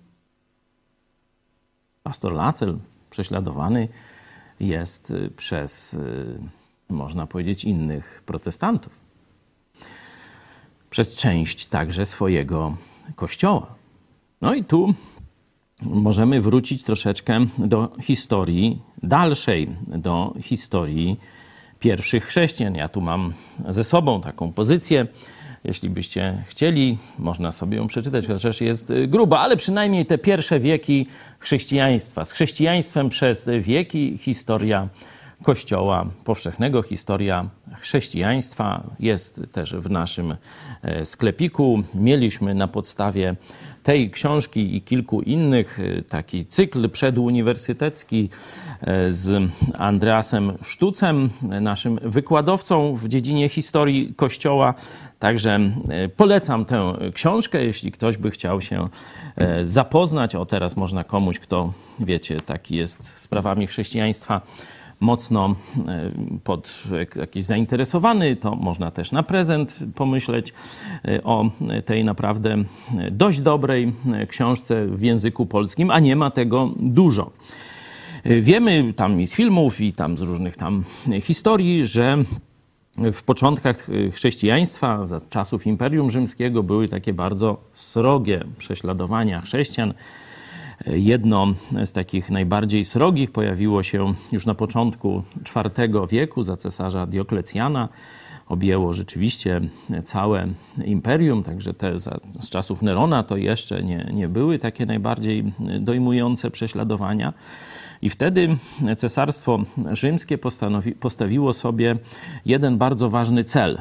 Pastor Lacel prześladowany jest przez, można powiedzieć, innych protestantów. Przez część także swojego kościoła. No i tu możemy wrócić troszeczkę do historii dalszej, do historii pierwszych chrześcijan. Ja tu mam ze sobą taką pozycję. Jeśli byście chcieli, można sobie ją przeczytać, chociaż jest gruba, ale przynajmniej te pierwsze wieki chrześcijaństwa. Z chrześcijaństwem przez wieki historia Kościoła powszechnego, historia chrześcijaństwa. Jest też w naszym sklepiku. Mieliśmy na podstawie tej książki i kilku innych taki cykl przeduniwersytecki z Andreasem Sztucem, naszym wykładowcą w dziedzinie historii Kościoła. Także polecam tę książkę, jeśli ktoś by chciał się zapoznać. O, teraz można komuś, kto, wiecie, taki jest sprawami chrześcijaństwa, mocno jakiś zainteresowany, to można też na prezent pomyśleć o tej naprawdę dość dobrej książce w języku polskim, a nie ma tego dużo. Wiemy tam i z filmów, i tam z różnych tam historii, że w początkach chrześcijaństwa, za czasów Imperium Rzymskiego, były takie bardzo srogie prześladowania chrześcijan. Jedno z takich najbardziej srogich pojawiło się już na początku IV wieku za cesarza Dioklecjana. Objęło rzeczywiście całe imperium, także te z czasów Nerona to jeszcze nie były takie najbardziej dojmujące prześladowania. I wtedy Cesarstwo Rzymskie postawiło sobie jeden bardzo ważny cel.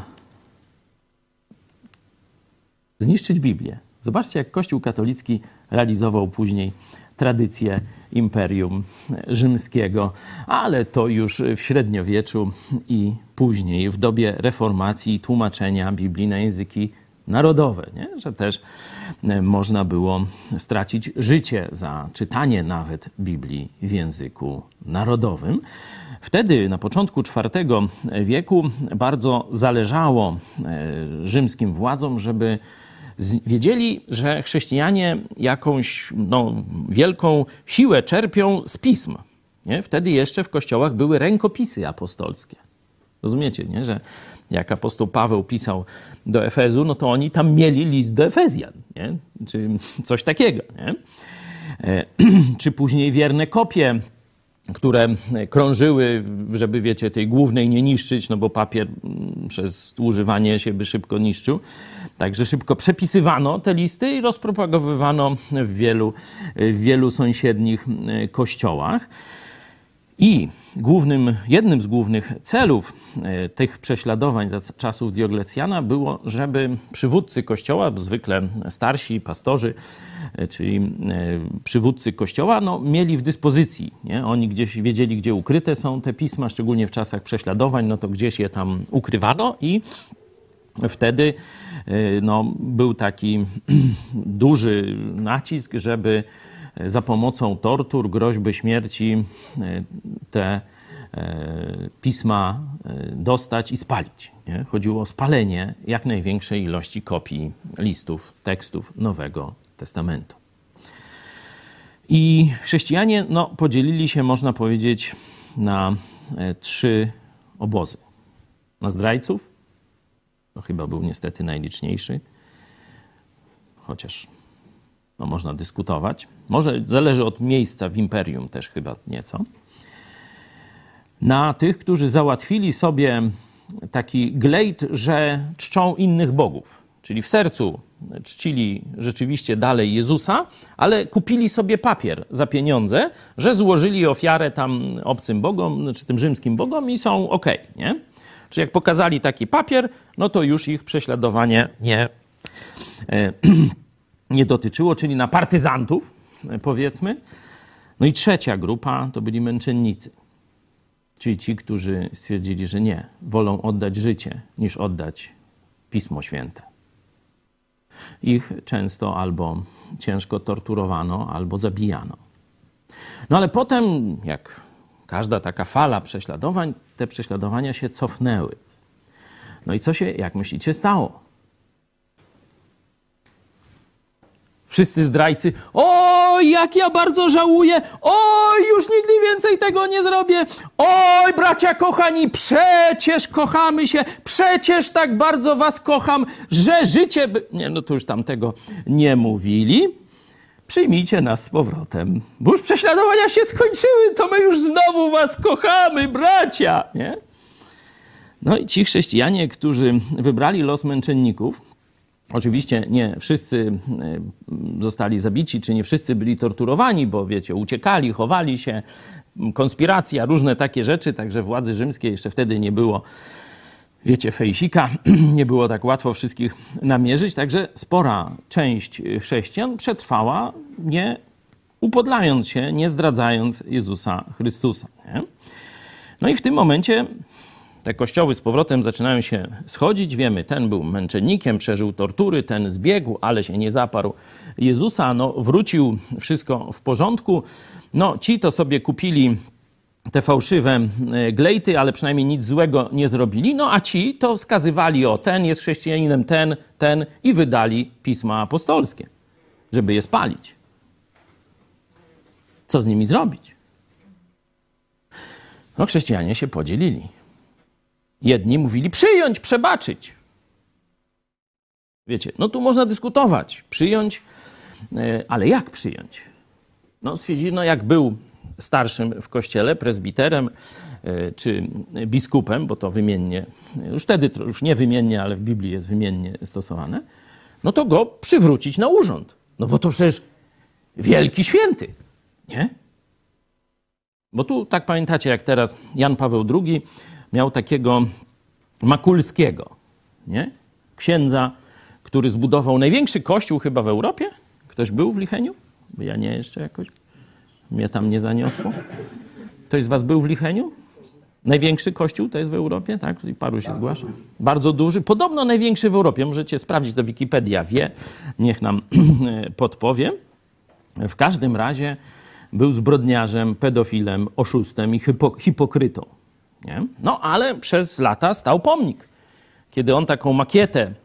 Zniszczyć Biblię. Zobaczcie, jak Kościół katolicki realizował później tradycję Imperium Rzymskiego, ale to już w średniowieczu i później, w dobie reformacji, tłumaczenia Biblii na języki narodowe, nie? Że też można było stracić życie za czytanie nawet Biblii w języku narodowym. Wtedy, na początku IV wieku, bardzo zależało rzymskim władzom, żeby wiedzieli, że chrześcijanie jakąś wielką siłę czerpią z pism. Nie? Wtedy jeszcze w kościołach były rękopisy apostolskie. Rozumiecie, nie? Że jak apostoł Paweł pisał do Efezu, no to oni tam mieli list do Efezjan, nie? Czy coś takiego. Nie? Czy później wierne kopie, które krążyły, żeby, wiecie, tej głównej nie niszczyć, no bo papier przez używanie się by szybko niszczył. Także szybko przepisywano te listy i rozpropagowywano w wielu sąsiednich kościołach. I jednym z głównych celów tych prześladowań za czasów Dioklecjana było, żeby przywódcy kościoła, zwykle starsi pastorzy, czyli przywódcy kościoła, mieli w dyspozycji. Nie? Oni gdzieś wiedzieli, gdzie ukryte są te pisma, szczególnie w czasach prześladowań, no to gdzieś je tam ukrywano i wtedy był taki duży nacisk, żeby za pomocą tortur, groźby śmierci te pisma dostać i spalić. Nie? Chodziło o spalenie jak największej ilości kopii listów, tekstów Nowego Testamentu. I chrześcijanie podzielili się, można powiedzieć, na 3 obozy. Na zdrajców, to chyba był niestety najliczniejszy, chociaż można dyskutować. Może zależy od miejsca w imperium też chyba nieco. Na tych, którzy załatwili sobie taki glejt, że czczą innych bogów. Czyli w sercu czcili rzeczywiście dalej Jezusa, ale kupili sobie papier za pieniądze, że złożyli ofiarę tam obcym bogom, czy tym rzymskim bogom i są okej, nie? Czyli jak pokazali taki papier, no to już ich prześladowanie nie dotyczyło, czyli na partyzantów, powiedzmy. No i trzecia grupa to byli męczennicy, czyli ci, którzy stwierdzili, że nie, wolą oddać życie, niż oddać Pismo Święte. Ich często albo ciężko torturowano, albo zabijano. No ale potem, jak każda taka fala prześladowań, te prześladowania się cofnęły. No i co się, jak myślicie, stało? Wszyscy zdrajcy, oj, jak ja bardzo żałuję, oj, już nigdy więcej tego nie zrobię, oj, bracia kochani, przecież kochamy się, przecież tak bardzo was kocham, że życie... Nie, no to już tam tego nie mówili. Przyjmijcie nas z powrotem, bo już prześladowania się skończyły, to my już znowu was kochamy, bracia, nie? No i ci chrześcijanie, którzy wybrali los męczenników, oczywiście nie wszyscy zostali zabici, czy nie wszyscy byli torturowani, bo wiecie, uciekali, chowali się, konspiracja, różne takie rzeczy, także władzy rzymskie jeszcze wtedy nie było, wiecie, fejsika, nie było tak łatwo wszystkich namierzyć, także spora część chrześcijan przetrwała, nie upodlając się, nie zdradzając Jezusa Chrystusa. Nie? No i w tym momencie te kościoły z powrotem zaczynają się schodzić. Wiemy, ten był męczennikiem, przeżył tortury, ten zbiegł, ale się nie zaparł Jezusa. No, wrócił, wszystko w porządku. No, ci to sobie kupili te fałszywe glejty, ale przynajmniej nic złego nie zrobili. No, a ci to wskazywali, o, ten jest chrześcijaninem, ten i wydali pisma apostolskie, żeby je spalić. Co z nimi zrobić? No, chrześcijanie się podzielili. Jedni mówili przyjąć, przebaczyć. Wiecie, no tu można dyskutować. Przyjąć, ale jak przyjąć? No stwierdzili, no jak był starszym w kościele, prezbiterem czy biskupem, bo to wymiennie, już wtedy to już nie wymiennie, ale w Biblii jest wymiennie stosowane, no to go przywrócić na urząd. No bo to przecież wielki święty, nie? Bo tu tak pamiętacie, jak teraz Jan Paweł II miał takiego Makulskiego, nie? Księdza, który zbudował największy kościół chyba w Europie. Ktoś był w Licheniu? Bo ja nie, jeszcze jakoś mnie tam nie zaniosło. Ktoś z was był w Licheniu? Największy kościół to jest w Europie, tak? I paru się zgłasza. Bardzo duży. Podobno największy w Europie. Możecie sprawdzić, to Wikipedia wie. Niech nam podpowie. W każdym razie był zbrodniarzem, pedofilem, oszustem i hipokrytą. Nie? No ale przez lata stał pomnik. Kiedy on taką makietę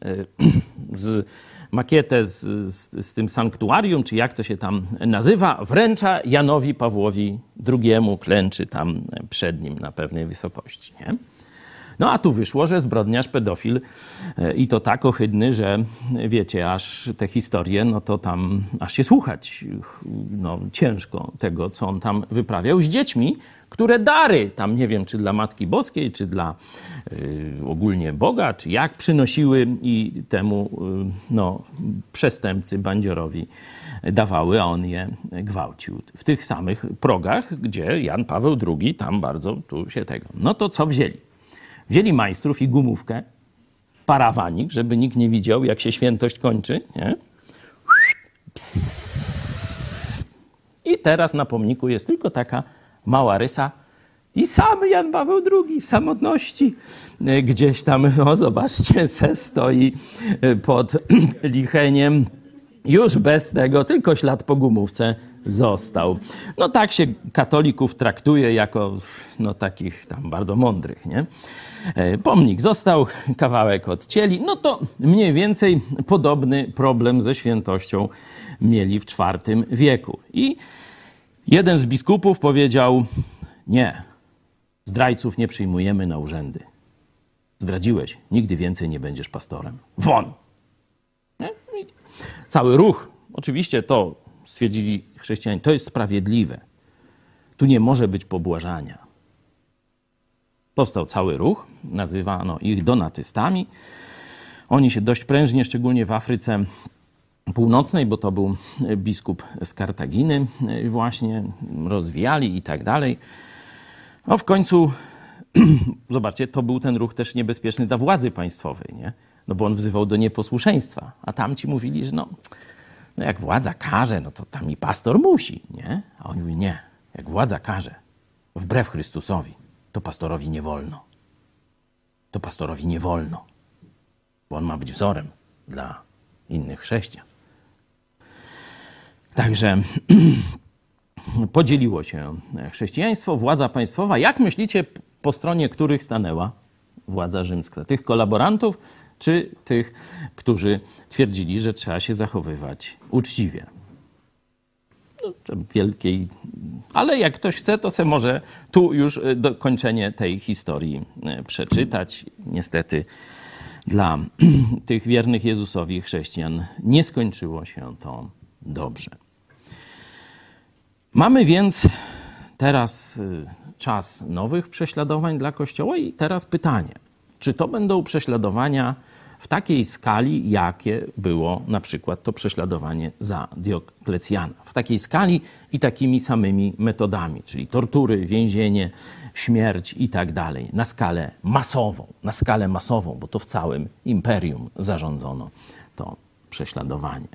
z tym sanktuarium, czy jak to się tam nazywa, wręcza Janowi Pawłowi II, klęczy tam przed nim na pewnej wysokości. Nie? No a tu wyszło, że zbrodniarz, pedofil i to tak ohydny, że wiecie, aż te historie, no to tam aż się słuchać no, ciężko tego, co on tam wyprawiał z dziećmi, które dary, tam nie wiem, czy dla Matki Boskiej, czy dla ogólnie Boga, czy jak przynosiły i temu no, przestępcy, bandziorowi dawały, a on je gwałcił. W tych samych progach, gdzie Jan Paweł II tam bardzo tu się tego. No to co wzięli? Wzięli majstrów i gumówkę, parawanik, żeby nikt nie widział, jak się świętość kończy. Nie? I teraz na pomniku jest tylko taka mała rysa i sam Jan Paweł II w samotności gdzieś tam, o zobaczcie, se stoi pod licheniem. Już bez tego, tylko ślad po gumówce został. No tak się katolików traktuje jako no, takich tam bardzo mądrych, nie? Pomnik został, kawałek odcięli. No to mniej więcej podobny problem ze świętością mieli w IV wieku. I jeden z biskupów powiedział, nie, zdrajców nie przyjmujemy na urzędy. Zdradziłeś, nigdy więcej nie będziesz pastorem. Won! Nie? Cały ruch, oczywiście to stwierdzili chrześcijanie, to jest sprawiedliwe. Tu nie może być pobłażania. Powstał cały ruch, nazywano ich donatystami. Oni się dość prężnie, szczególnie w Afryce Północnej, bo to był biskup z Kartaginy, właśnie rozwijali i tak dalej. No w końcu, zobaczcie, to był ten ruch też niebezpieczny dla władzy państwowej, nie? No bo on wzywał do nieposłuszeństwa, a tamci mówili, że no jak władza każe, no to tam i pastor musi, nie? A oni mówili, nie, jak władza każe, wbrew Chrystusowi, to pastorowi nie wolno. To pastorowi nie wolno, bo on ma być wzorem dla innych chrześcijan. Także podzieliło się chrześcijaństwo, władza państwowa. Jak myślicie, po stronie których stanęła władza rzymska? Tych kolaborantów, czy tych, którzy twierdzili, że trzeba się zachowywać uczciwie? No, wielkiej... Ale jak ktoś chce, to se może tu już dokończenie tej historii przeczytać. Niestety dla tych wiernych Jezusowi chrześcijan nie skończyło się to dobrze. Mamy więc teraz czas nowych prześladowań dla Kościoła i teraz pytanie, czy to będą prześladowania w takiej skali, jakie było na przykład to prześladowanie za Dioklecjana. W takiej skali i takimi samymi metodami, czyli tortury, więzienie, śmierć i tak dalej. Na skalę masową, bo to w całym imperium zarządzono to prześladowanie.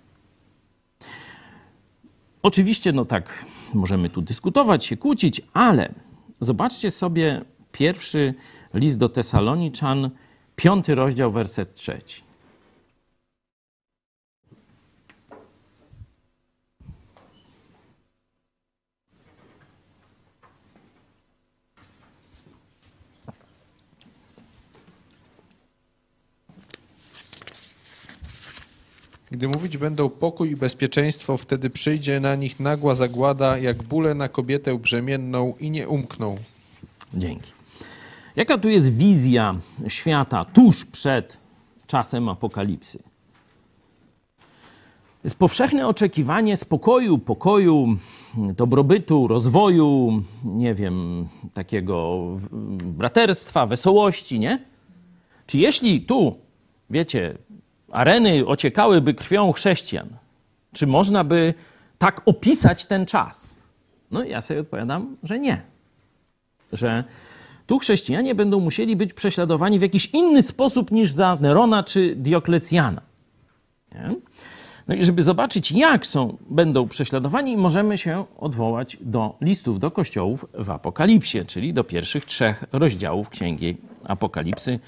Oczywiście, no tak, możemy tu dyskutować, się kłócić, ale zobaczcie sobie pierwszy list do Tesaloniczan, 5 rozdział, werset 3. Gdy mówić będą pokój i bezpieczeństwo, wtedy przyjdzie na nich nagła zagłada, jak bóle na kobietę brzemienną i nie umkną. Dzięki. Jaka tu jest wizja świata tuż przed czasem apokalipsy? Jest powszechne oczekiwanie pokoju, dobrobytu, rozwoju, nie wiem, takiego braterstwa, wesołości, nie? Czy jeśli tu, wiecie, areny ociekałyby krwią chrześcijan, czy można by tak opisać ten czas? No ja sobie odpowiadam, że nie. Że tu chrześcijanie będą musieli być prześladowani w jakiś inny sposób niż za Nerona czy Dioklecjana. Nie? No i żeby zobaczyć, jak będą prześladowani, możemy się odwołać do listów do kościołów w Apokalipsie, czyli do pierwszych 3 rozdziałów Księgi Apokalipsy.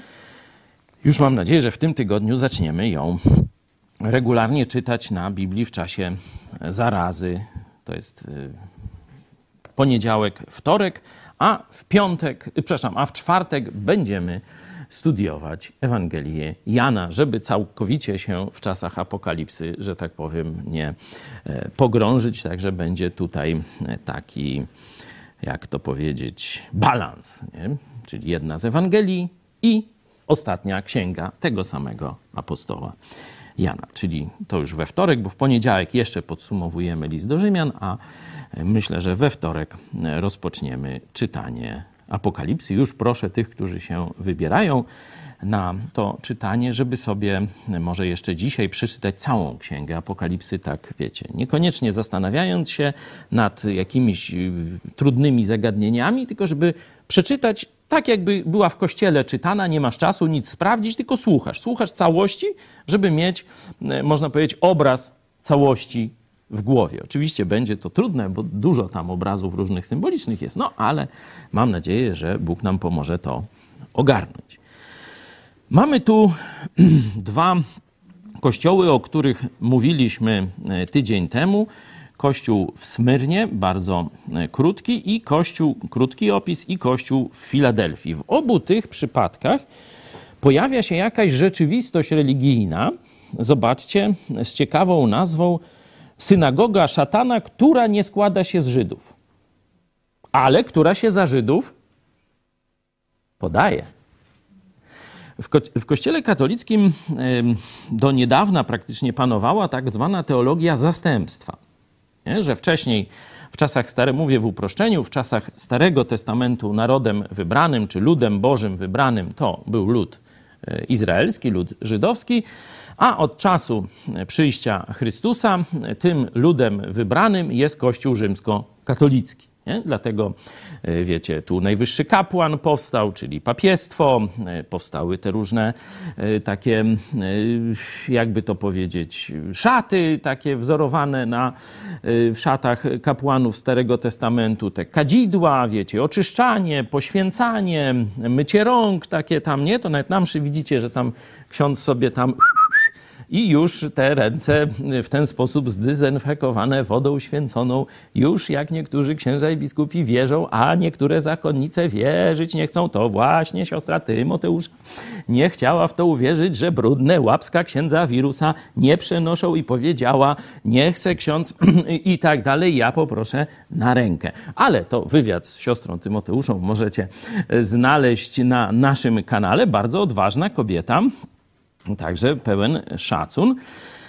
Już mam nadzieję, że w tym tygodniu zaczniemy ją regularnie czytać na Biblii w czasie zarazy. To jest poniedziałek, wtorek, a w czwartek będziemy studiować Ewangelię Jana, żeby całkowicie się w czasach apokalipsy, że tak powiem, nie pogrążyć. Także będzie tutaj taki, jak to powiedzieć, balans, nie? Czyli jedna z Ewangelii i ostatnia księga tego samego apostoła Jana. Czyli to już we wtorek, bo w poniedziałek jeszcze podsumowujemy list do Rzymian, a myślę, że we wtorek rozpoczniemy czytanie Apokalipsy. Już proszę tych, którzy się wybierają na to czytanie, żeby sobie może jeszcze dzisiaj przeczytać całą księgę Apokalipsy, tak wiecie, niekoniecznie zastanawiając się nad jakimiś trudnymi zagadnieniami, tylko żeby przeczytać tak, jakby była w kościele czytana, nie masz czasu nic sprawdzić, tylko słuchasz. Słuchasz całości, żeby mieć, można powiedzieć, obraz całości w głowie. Oczywiście będzie to trudne, bo dużo tam obrazów różnych symbolicznych jest, no ale mam nadzieję, że Bóg nam pomoże to ogarnąć. Mamy tu 2 kościoły, o których mówiliśmy tydzień temu. Kościół w Smyrnie, bardzo krótki, i krótki opis, i kościół w Filadelfii. W obu tych przypadkach pojawia się jakaś rzeczywistość religijna. Zobaczcie, z ciekawą nazwą synagoga szatana, która nie składa się z Żydów, ale która się za Żydów podaje. W Kościele katolickim do niedawna praktycznie panowała tak zwana teologia zastępstwa. Nie? Że wcześniej, w czasach mówię w uproszczeniu, w czasach Starego Testamentu narodem wybranym, czy ludem Bożym wybranym to był lud izraelski, lud żydowski, a od czasu przyjścia Chrystusa tym ludem wybranym jest Kościół rzymskokatolicki. Nie? Dlatego, wiecie, tu najwyższy kapłan powstał, czyli papiestwo, powstały te różne takie, jakby to powiedzieć, szaty takie wzorowane na szatach kapłanów Starego Testamentu, te kadzidła, wiecie, oczyszczanie, poświęcanie, mycie rąk, takie tam, nie? To nawet na mszy widzicie, że tam ksiądz sobie tam i już te ręce w ten sposób zdezynfekowane wodą święconą, już jak niektórzy księża i biskupi wierzą, a niektóre zakonnice wierzyć nie chcą, to właśnie siostra Tymoteusza nie chciała w to uwierzyć, że brudne łapska księdza wirusa nie przenoszą i powiedziała, nie chce ksiądz i tak dalej, ja poproszę na rękę. Ale to wywiad z siostrą Tymoteuszą możecie znaleźć na naszym kanale. Bardzo odważna kobieta, także pełen szacun.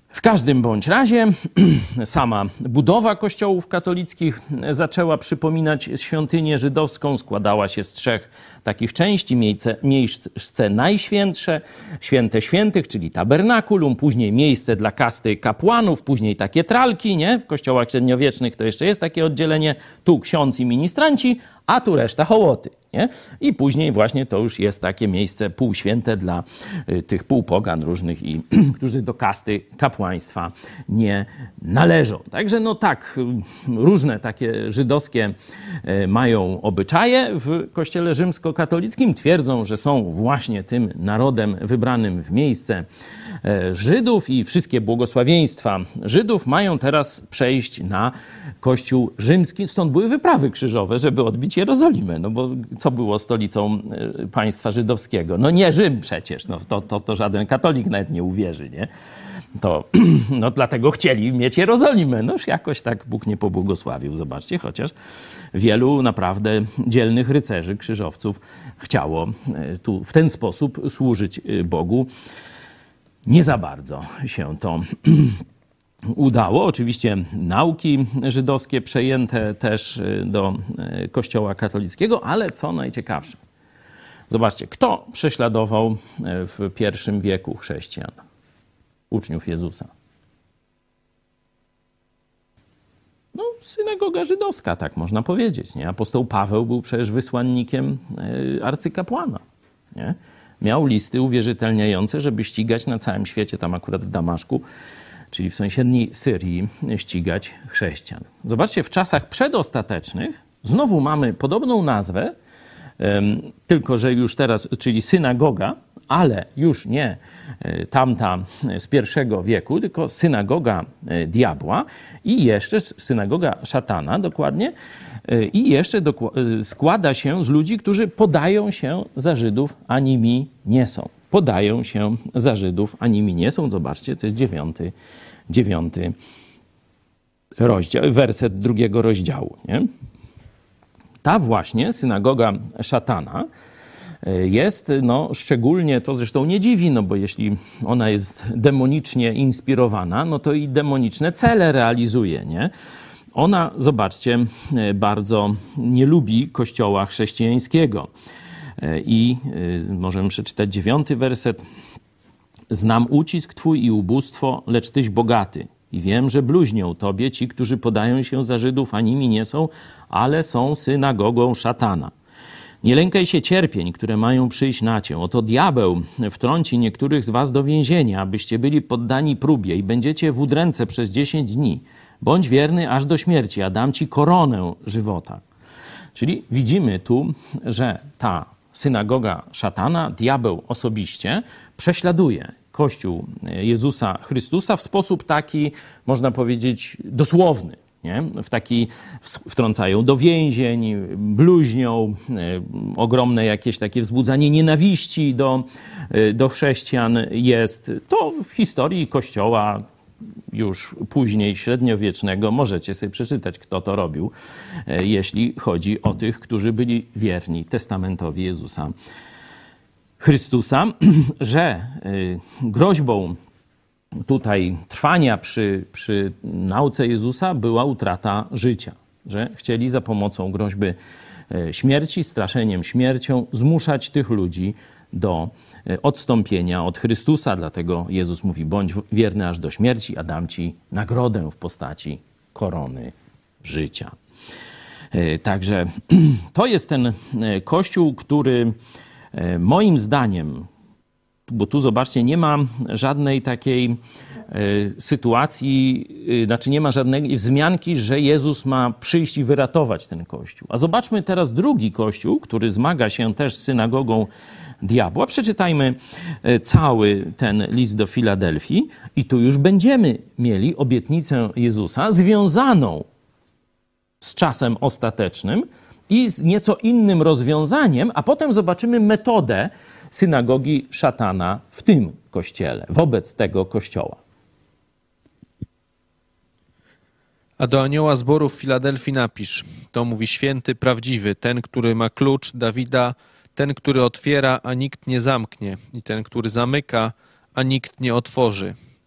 W każdym bądź razie sama budowa kościołów katolickich zaczęła przypominać świątynię żydowską. Składała się z 3 takich części. Miejsce najświętsze, święte świętych, czyli tabernakulum, później miejsce dla kasty kapłanów, później takie tralki, nie? W kościołach średniowiecznych to jeszcze jest takie oddzielenie. Tu ksiądz i ministranci, a tu reszta hołoty. Nie? I później właśnie to już jest takie miejsce półświęte dla tych półpogan różnych, i którzy do kasty kapłaństwa nie należą. Także no tak, różne takie żydowskie mają obyczaje w kościele rzymskokatolickim. Twierdzą, że są właśnie tym narodem wybranym w miejsce Żydów i wszystkie błogosławieństwa Żydów mają teraz przejść na Kościół rzymski. Stąd były wyprawy krzyżowe, żeby odbić Jerozolimę. No bo co było stolicą państwa żydowskiego? No nie Rzym przecież. No to żaden katolik nawet nie uwierzy, nie? To no dlatego chcieli mieć Jerozolimę. Noż jakoś tak Bóg nie pobłogosławił. Zobaczcie, chociaż wielu naprawdę dzielnych rycerzy, krzyżowców chciało tu w ten sposób służyć Bogu. Nie za bardzo się to udało. Oczywiście nauki żydowskie przejęte też do Kościoła katolickiego, ale co najciekawsze. Zobaczcie, kto prześladował w I wieku chrześcijan? Uczniów Jezusa. No, synagoga żydowska, tak można powiedzieć. Nie? Apostoł Paweł był przecież wysłannikiem arcykapłana. Nie? Miał listy uwierzytelniające, żeby ścigać na całym świecie, tam akurat w Damaszku, czyli w sąsiedniej Syrii, ścigać chrześcijan. Zobaczcie, w czasach przedostatecznych znowu mamy podobną nazwę, tylko że już teraz, czyli synagoga, ale już nie tamta z I wieku, tylko synagoga diabła i jeszcze synagoga szatana dokładnie, i jeszcze składa się z ludzi, którzy podają się za Żydów, a nimi nie są. Podają się za Żydów, a nimi nie są. Zobaczcie, to jest 9 rozdział, werset 2 rozdziału. Nie? Ta właśnie synagoga szatana jest no, szczególnie, to zresztą nie dziwi, no bo jeśli ona jest demonicznie inspirowana, no to i demoniczne cele realizuje, nie? Ona, zobaczcie, bardzo nie lubi Kościoła chrześcijańskiego. I możemy przeczytać 9 werset. Znam ucisk Twój i ubóstwo, lecz Tyś bogaty. I wiem, że bluźnią Tobie ci, którzy podają się za Żydów, a nimi nie są, ale są synagogą szatana. Nie lękaj się cierpień, które mają przyjść na Cię. Oto diabeł wtrąci niektórych z was do więzienia, abyście byli poddani próbie i będziecie w udręce przez 10 dni. Bądź wierny aż do śmierci, a dam Ci koronę żywota. Czyli widzimy tu, że ta synagoga szatana, diabeł osobiście prześladuje Kościół Jezusa Chrystusa w sposób taki, można powiedzieć, dosłowny. Nie? Wtrącają do więzień, bluźnią, ogromne jakieś takie wzbudzanie nienawiści do chrześcijan jest. To w historii Kościoła już później średniowiecznego możecie sobie przeczytać, kto to robił, jeśli chodzi o tych, którzy byli wierni testamentowi Jezusa Chrystusa, że groźbą tutaj trwania przy nauce Jezusa była utrata życia, że chcieli za pomocą groźby śmierci, straszeniem śmiercią zmuszać tych ludzi do odstąpienia od Chrystusa. Dlatego Jezus mówi, bądź wierny aż do śmierci, a dam Ci nagrodę w postaci korony życia. Także to jest ten Kościół, który moim zdaniem, bo tu zobaczcie, nie ma żadnej takiej sytuacji, znaczy nie ma żadnej wzmianki, że Jezus ma przyjść i wyratować ten Kościół. A zobaczmy teraz drugi Kościół, który zmaga się też z synagogą diabła. Przeczytajmy cały ten list do Filadelfii i tu już będziemy mieli obietnicę Jezusa związaną z czasem ostatecznym i z nieco innym rozwiązaniem, a potem zobaczymy metodę synagogi szatana w tym kościele, wobec tego kościoła. A do anioła zboru w Filadelfii napisz, to mówi święty, prawdziwy, ten, który ma klucz Dawida, ten, który otwiera, a nikt nie zamknie i ten, który zamyka, a nikt nie otworzy.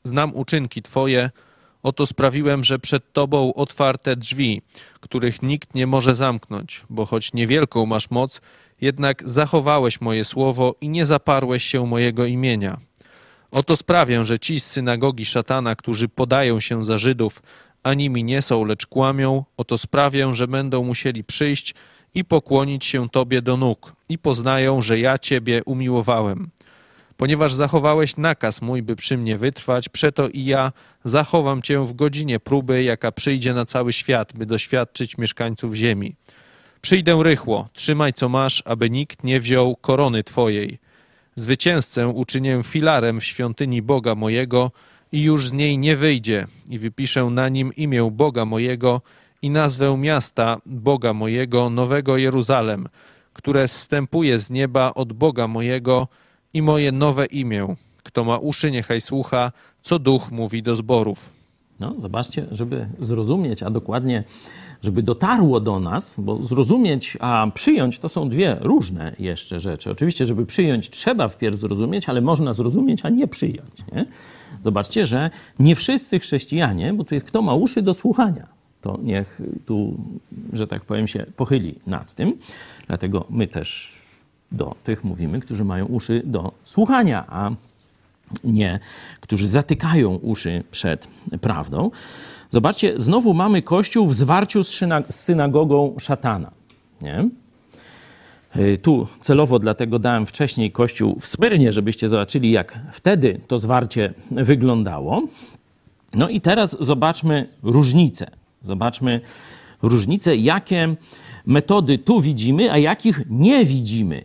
znam uczynki Twoje, oto sprawiłem, że przed Tobą otwarte drzwi, których nikt nie może zamknąć, bo choć niewielką masz moc, jednak zachowałeś moje słowo i nie zaparłeś się mojego imienia. Oto sprawię, że ci z synagogi szatana, którzy podają się za Żydów, a nimi nie są, lecz kłamią, oto sprawię, że będą musieli przyjść i pokłonić się Tobie do nóg i poznają, że ja Ciebie umiłowałem. Ponieważ zachowałeś nakaz mój, by przy mnie wytrwać, przeto i ja zachowam Cię w godzinie próby, jaka przyjdzie na cały świat, by doświadczyć mieszkańców ziemi. Przyjdę rychło, trzymaj co masz, aby nikt nie wziął korony Twojej. Zwycięzcę uczynię filarem w świątyni Boga mojego i już z niej nie wyjdzie i wypiszę na nim imię Boga mojego i nazwę miasta Boga mojego, Nowego Jeruzalem, które zstępuje z nieba od Boga mojego i moje nowe imię. Kto ma uszy, niechaj słucha, co Duch mówi do zborów. No, zobaczcie, żeby zrozumieć, a dokładnie, żeby dotarło do nas, bo zrozumieć, a przyjąć to są dwie różne jeszcze rzeczy. Oczywiście, żeby przyjąć, trzeba wpierw zrozumieć, ale można zrozumieć, a nie przyjąć. Nie? Zobaczcie, że nie wszyscy chrześcijanie, bo tu jest kto ma uszy do słuchania, to niech tu, że tak powiem, się pochyli nad tym. Dlatego my też do tych mówimy, którzy mają uszy do słuchania, a nie, którzy zatykają uszy przed prawdą. Zobaczcie, znowu mamy Kościół w zwarciu z synagogą szatana. Nie? Tu celowo dlatego dałem wcześniej Kościół w Smyrnie, żebyście zobaczyli, jak wtedy to zwarcie wyglądało. No i teraz zobaczmy różnice. Zobaczmy różnice, jakie metody tu widzimy, a jakich nie widzimy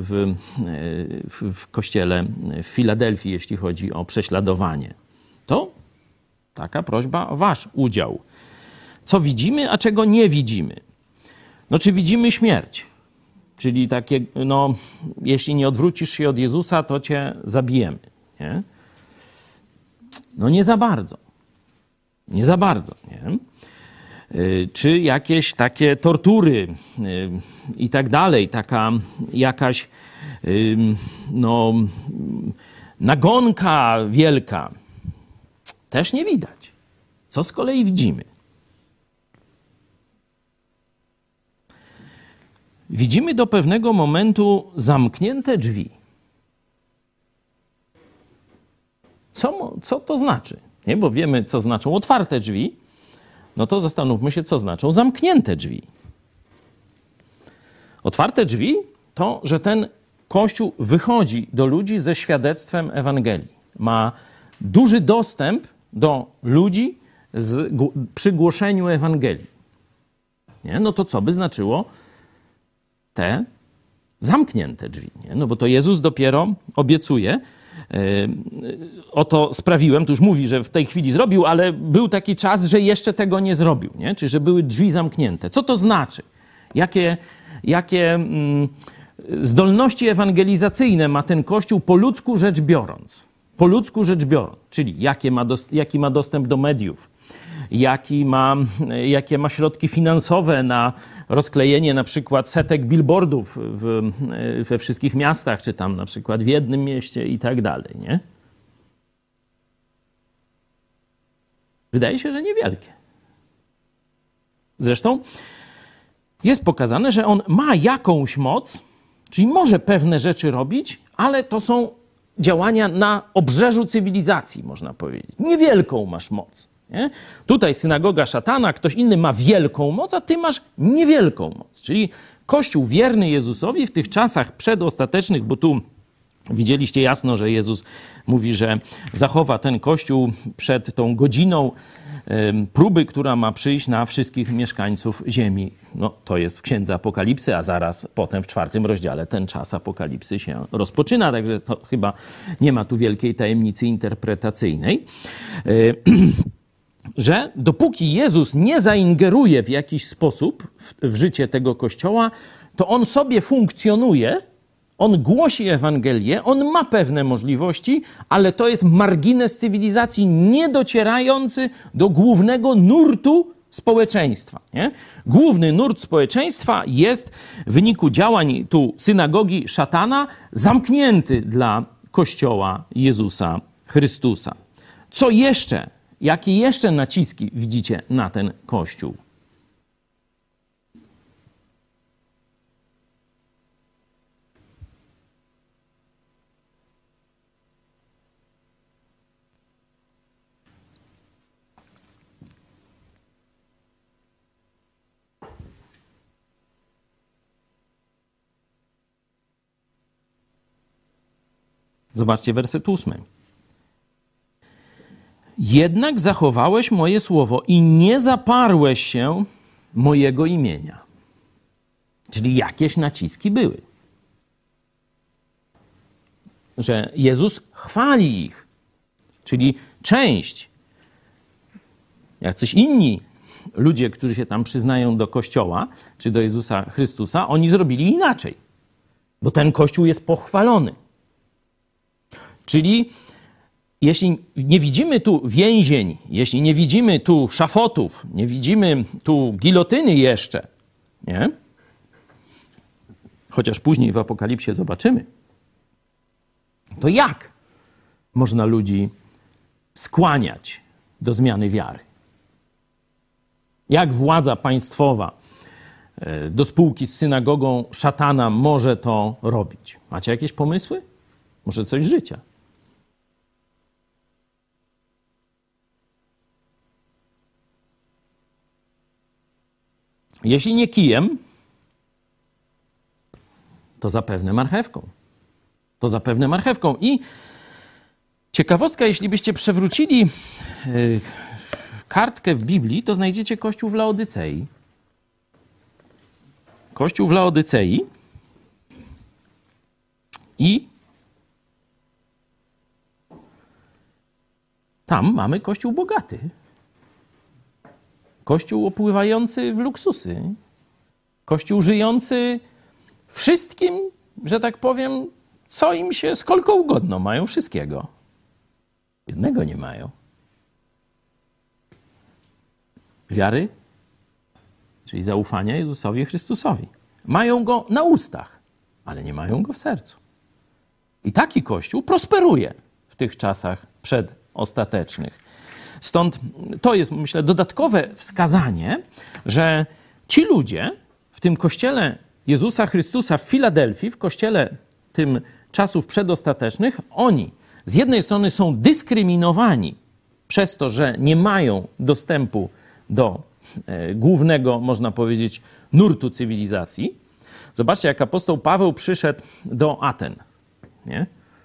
w kościele w Filadelfii, jeśli chodzi o prześladowanie. To taka prośba o wasz udział. Co widzimy, a czego nie widzimy? No, czy widzimy śmierć? Czyli takie, no, jeśli nie odwrócisz się od Jezusa, to cię zabijemy. Nie? No nie za bardzo. Nie za bardzo, nie? Czy jakieś takie tortury i tak dalej, taka jakaś no, nagonka wielka, też nie widać. Co z kolei widzimy? Widzimy do pewnego momentu zamknięte drzwi. Co to znaczy? Nie? Bo wiemy, co znaczą otwarte drzwi. No to zastanówmy się, co znaczą zamknięte drzwi. Otwarte drzwi to, że ten Kościół wychodzi do ludzi ze świadectwem Ewangelii. Ma duży dostęp do ludzi przy głoszeniu Ewangelii. Nie? No to co by znaczyło te zamknięte drzwi? Nie? No bo to Jezus dopiero obiecuje. Oto sprawiłem, tu już mówi, że w tej chwili zrobił, ale był taki czas, że jeszcze tego nie zrobił, nie? Czyli że były drzwi zamknięte. Co to znaczy? Jakie zdolności ewangelizacyjne ma ten Kościół po ludzku rzecz biorąc? Po ludzku rzecz biorąc, czyli jaki ma dostęp do mediów, jakie ma środki finansowe na rozklejenie na przykład setek billboardów we wszystkich miastach, czy tam na przykład w jednym mieście i tak dalej, nie? Wydaje się, że niewielkie. Zresztą jest pokazane, że on ma jakąś moc, czyli może pewne rzeczy robić, ale to są działania na obrzeżu cywilizacji, można powiedzieć. Niewielką masz moc. Nie? Tutaj synagoga szatana, ktoś inny ma wielką moc, a ty masz niewielką moc. Czyli Kościół wierny Jezusowi w tych czasach przedostatecznych, bo tu widzieliście jasno, że Jezus mówi, że zachowa ten Kościół przed tą godziną próby, która ma przyjść na wszystkich mieszkańców ziemi. No, to jest w Księdze Apokalipsy, a zaraz potem w 4 rozdziale ten czas Apokalipsy się rozpoczyna, także to chyba nie ma tu wielkiej tajemnicy interpretacyjnej. Że dopóki Jezus nie zaingeruje w jakiś sposób w życie tego Kościoła, to on sobie funkcjonuje, on głosi Ewangelię, on ma pewne możliwości, ale to jest margines cywilizacji, nie docierający do głównego nurtu społeczeństwa. Nie? Główny nurt społeczeństwa jest w wyniku działań tu synagogi szatana zamknięty dla Kościoła Jezusa Chrystusa. Co jeszcze? Jakie jeszcze naciski widzicie na ten Kościół? Zobaczcie werset 8. Jednak zachowałeś moje słowo i nie zaparłeś się mojego imienia. Czyli jakieś naciski były. Że Jezus chwali ich. Czyli część, jacyś inni ludzie, którzy się tam przyznają do Kościoła, czy do Jezusa Chrystusa, oni zrobili inaczej. Bo ten Kościół jest pochwalony. Czyli jeśli nie widzimy tu więzień, jeśli nie widzimy tu szafotów, nie widzimy tu gilotyny jeszcze, nie? Chociaż później w Apokalipsie zobaczymy, to jak można ludzi skłaniać do zmiany wiary? Jak władza państwowa do spółki z synagogą szatana może to robić? Macie jakieś pomysły? Może coś z życia? Jeśli nie kijem, to zapewne marchewką. To zapewne marchewką. I ciekawostka, jeśli byście przewrócili kartkę w Biblii, to znajdziecie Kościół w Laodycei. Kościół w Laodycei i tam mamy Kościół bogaty. Kościół opływający w luksusy. Kościół żyjący wszystkim, że tak powiem, co im się, skolko ugodno. Mają wszystkiego. Jednego nie mają. Wiary, czyli zaufania Jezusowi Chrystusowi. Mają go na ustach, ale nie mają go w sercu. I taki Kościół prosperuje w tych czasach przedostatecznych. Stąd to jest, myślę, dodatkowe wskazanie, że ci ludzie w tym Kościele Jezusa Chrystusa w Filadelfii, w Kościele tym czasów przedostatecznych, oni z jednej strony są dyskryminowani przez to, że nie mają dostępu do głównego, można powiedzieć, nurtu cywilizacji. Zobaczcie, jak apostoł Paweł przyszedł do Aten. Nie?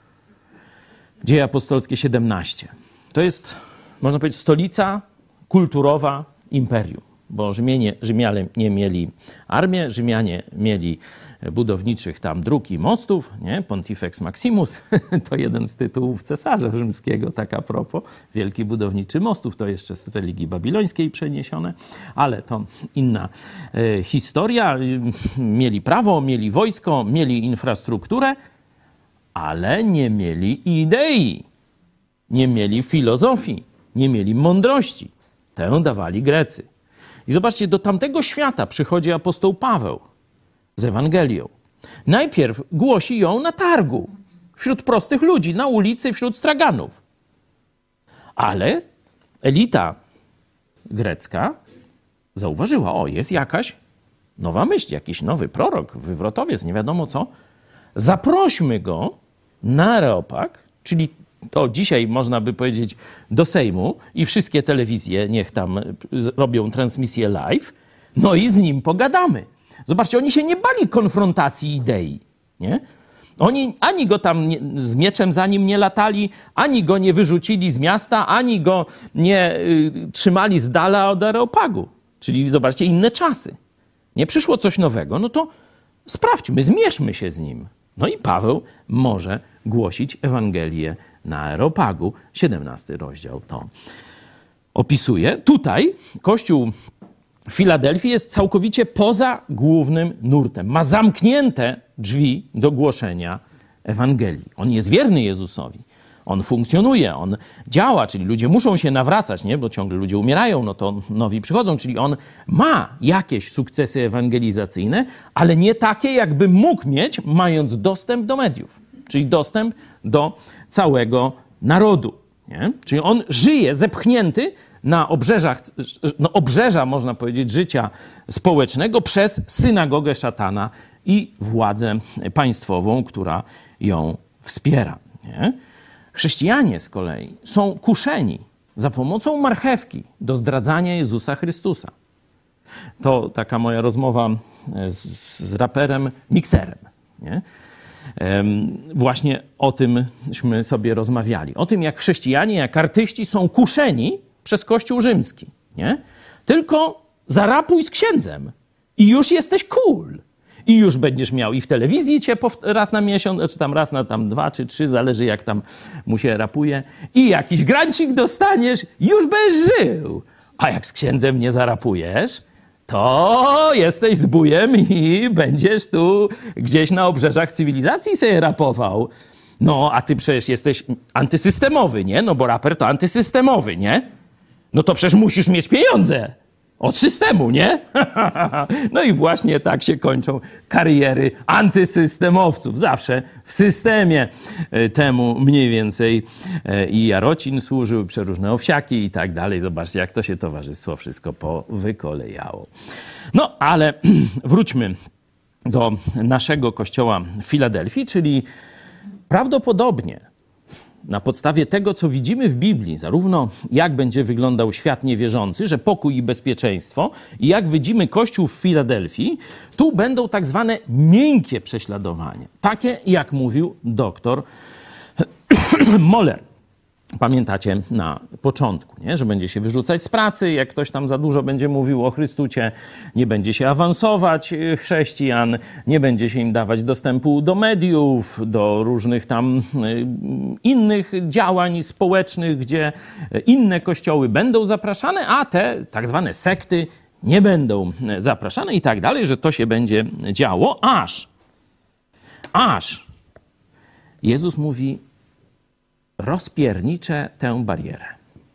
Dzieje apostolskie 17. To jest, można powiedzieć, stolica kulturowa imperium, bo Rzymianie mieli armię, Rzymianie mieli budowniczych tam dróg i mostów, nie? Pontifex Maximus, to jeden z tytułów cesarza rzymskiego, tak a propos, wielki budowniczy mostów, to jeszcze z religii babilońskiej przeniesione, ale to inna historia. Mieli prawo, mieli wojsko, mieli infrastrukturę, ale nie mieli idei, nie mieli filozofii, nie mieli mądrości. Tę dawali Grecy. I zobaczcie, do tamtego świata przychodzi apostoł Paweł z Ewangelią. Najpierw głosi ją na targu, wśród prostych ludzi, na ulicy, wśród straganów. Ale elita grecka zauważyła, o, jest jakaś nowa myśl, jakiś nowy prorok, wywrotowiec, nie wiadomo co. Zaprośmy go na Areopag, czyli to dzisiaj można by powiedzieć do Sejmu i wszystkie telewizje niech tam robią transmisję live, no i z nim pogadamy. Zobaczcie, oni się nie bali konfrontacji idei, nie? Oni ani go tam z mieczem za nim nie latali, ani go nie wyrzucili z miasta, ani go nie trzymali z dala od Areopagu. Czyli zobaczcie, inne czasy. Nie przyszło coś nowego, no to sprawdźmy, zmierzmy się z nim. No i Paweł może głosić Ewangelię na Areopagu. 17 rozdział to opisuje. Tutaj Kościół w Filadelfii jest całkowicie poza głównym nurtem. Ma zamknięte drzwi do głoszenia Ewangelii. On jest wierny Jezusowi. On funkcjonuje, on działa, czyli ludzie muszą się nawracać, nie? Bo ciągle ludzie umierają, no to nowi przychodzą. Czyli on ma jakieś sukcesy ewangelizacyjne, ale nie takie, jakby mógł mieć, mając dostęp do mediów. Czyli dostęp do całego narodu. Nie? Czyli on żyje zepchnięty na obrzeżach, no obrzeża, można powiedzieć, życia społecznego przez synagogę szatana i władzę państwową, która ją wspiera. Nie? Chrześcijanie z kolei są kuszeni za pomocą marchewki do zdradzania Jezusa Chrystusa. To taka moja rozmowa z raperem Mikserem. Nie? Właśnie o tymśmy sobie rozmawiali. O tym, jak chrześcijanie, jak artyści są kuszeni przez Kościół rzymski. Nie? Tylko zarapuj z księdzem i już jesteś cool. I już będziesz miał i w telewizji cię raz na miesiąc, czy tam raz na tam 2 czy 3, zależy jak tam mu się rapuje. I jakiś grancik dostaniesz, już będziesz żył. A jak z księdzem nie zarapujesz, to jesteś zbójem i będziesz tu gdzieś na obrzeżach cywilizacji sobie rapował. No, a ty przecież jesteś antysystemowy, nie? No bo raper to antysystemowy, nie? No to przecież musisz mieć pieniądze od systemu, nie? No i właśnie tak się kończą kariery antysystemowców. Zawsze w systemie temu mniej więcej i Jarocin służył, przeróżne owsiaki i tak dalej. Zobaczcie, jak to się towarzystwo wszystko powykolejało. No, ale wróćmy do naszego kościoła w Filadelfii, czyli prawdopodobnie na podstawie tego, co widzimy w Biblii, zarówno jak będzie wyglądał świat niewierzący, że pokój i bezpieczeństwo, i jak widzimy Kościół w Filadelfii, tu będą tak zwane miękkie prześladowania. Takie, jak mówił doktor Moller. Pamiętacie na początku, nie? Że będzie się wyrzucać z pracy, jak ktoś tam za dużo będzie mówił o Chrystusie, nie będzie się awansować chrześcijan, nie będzie się im dawać dostępu do mediów, do różnych tam innych działań społecznych, gdzie inne kościoły będą zapraszane, a te tak zwane sekty nie będą zapraszane i tak dalej, że to się będzie działo, aż Jezus mówi: rozpierniczę tę barierę.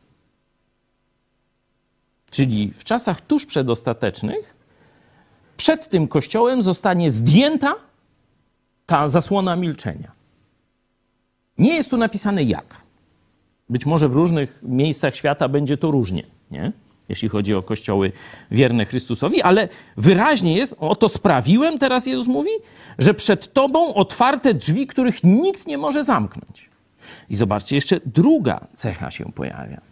Czyli w czasach tuż przedostatecznych przed tym kościołem zostanie zdjęta ta zasłona milczenia. Nie jest tu napisane jak. Być może w różnych miejscach świata będzie to różnie, nie? Jeśli chodzi o kościoły wierne Chrystusowi, ale wyraźnie jest, oto sprawiłem, teraz Jezus mówi, że przed tobą otwarte drzwi, których nikt nie może zamknąć. I zobaczcie, jeszcze druga cecha się pojawia.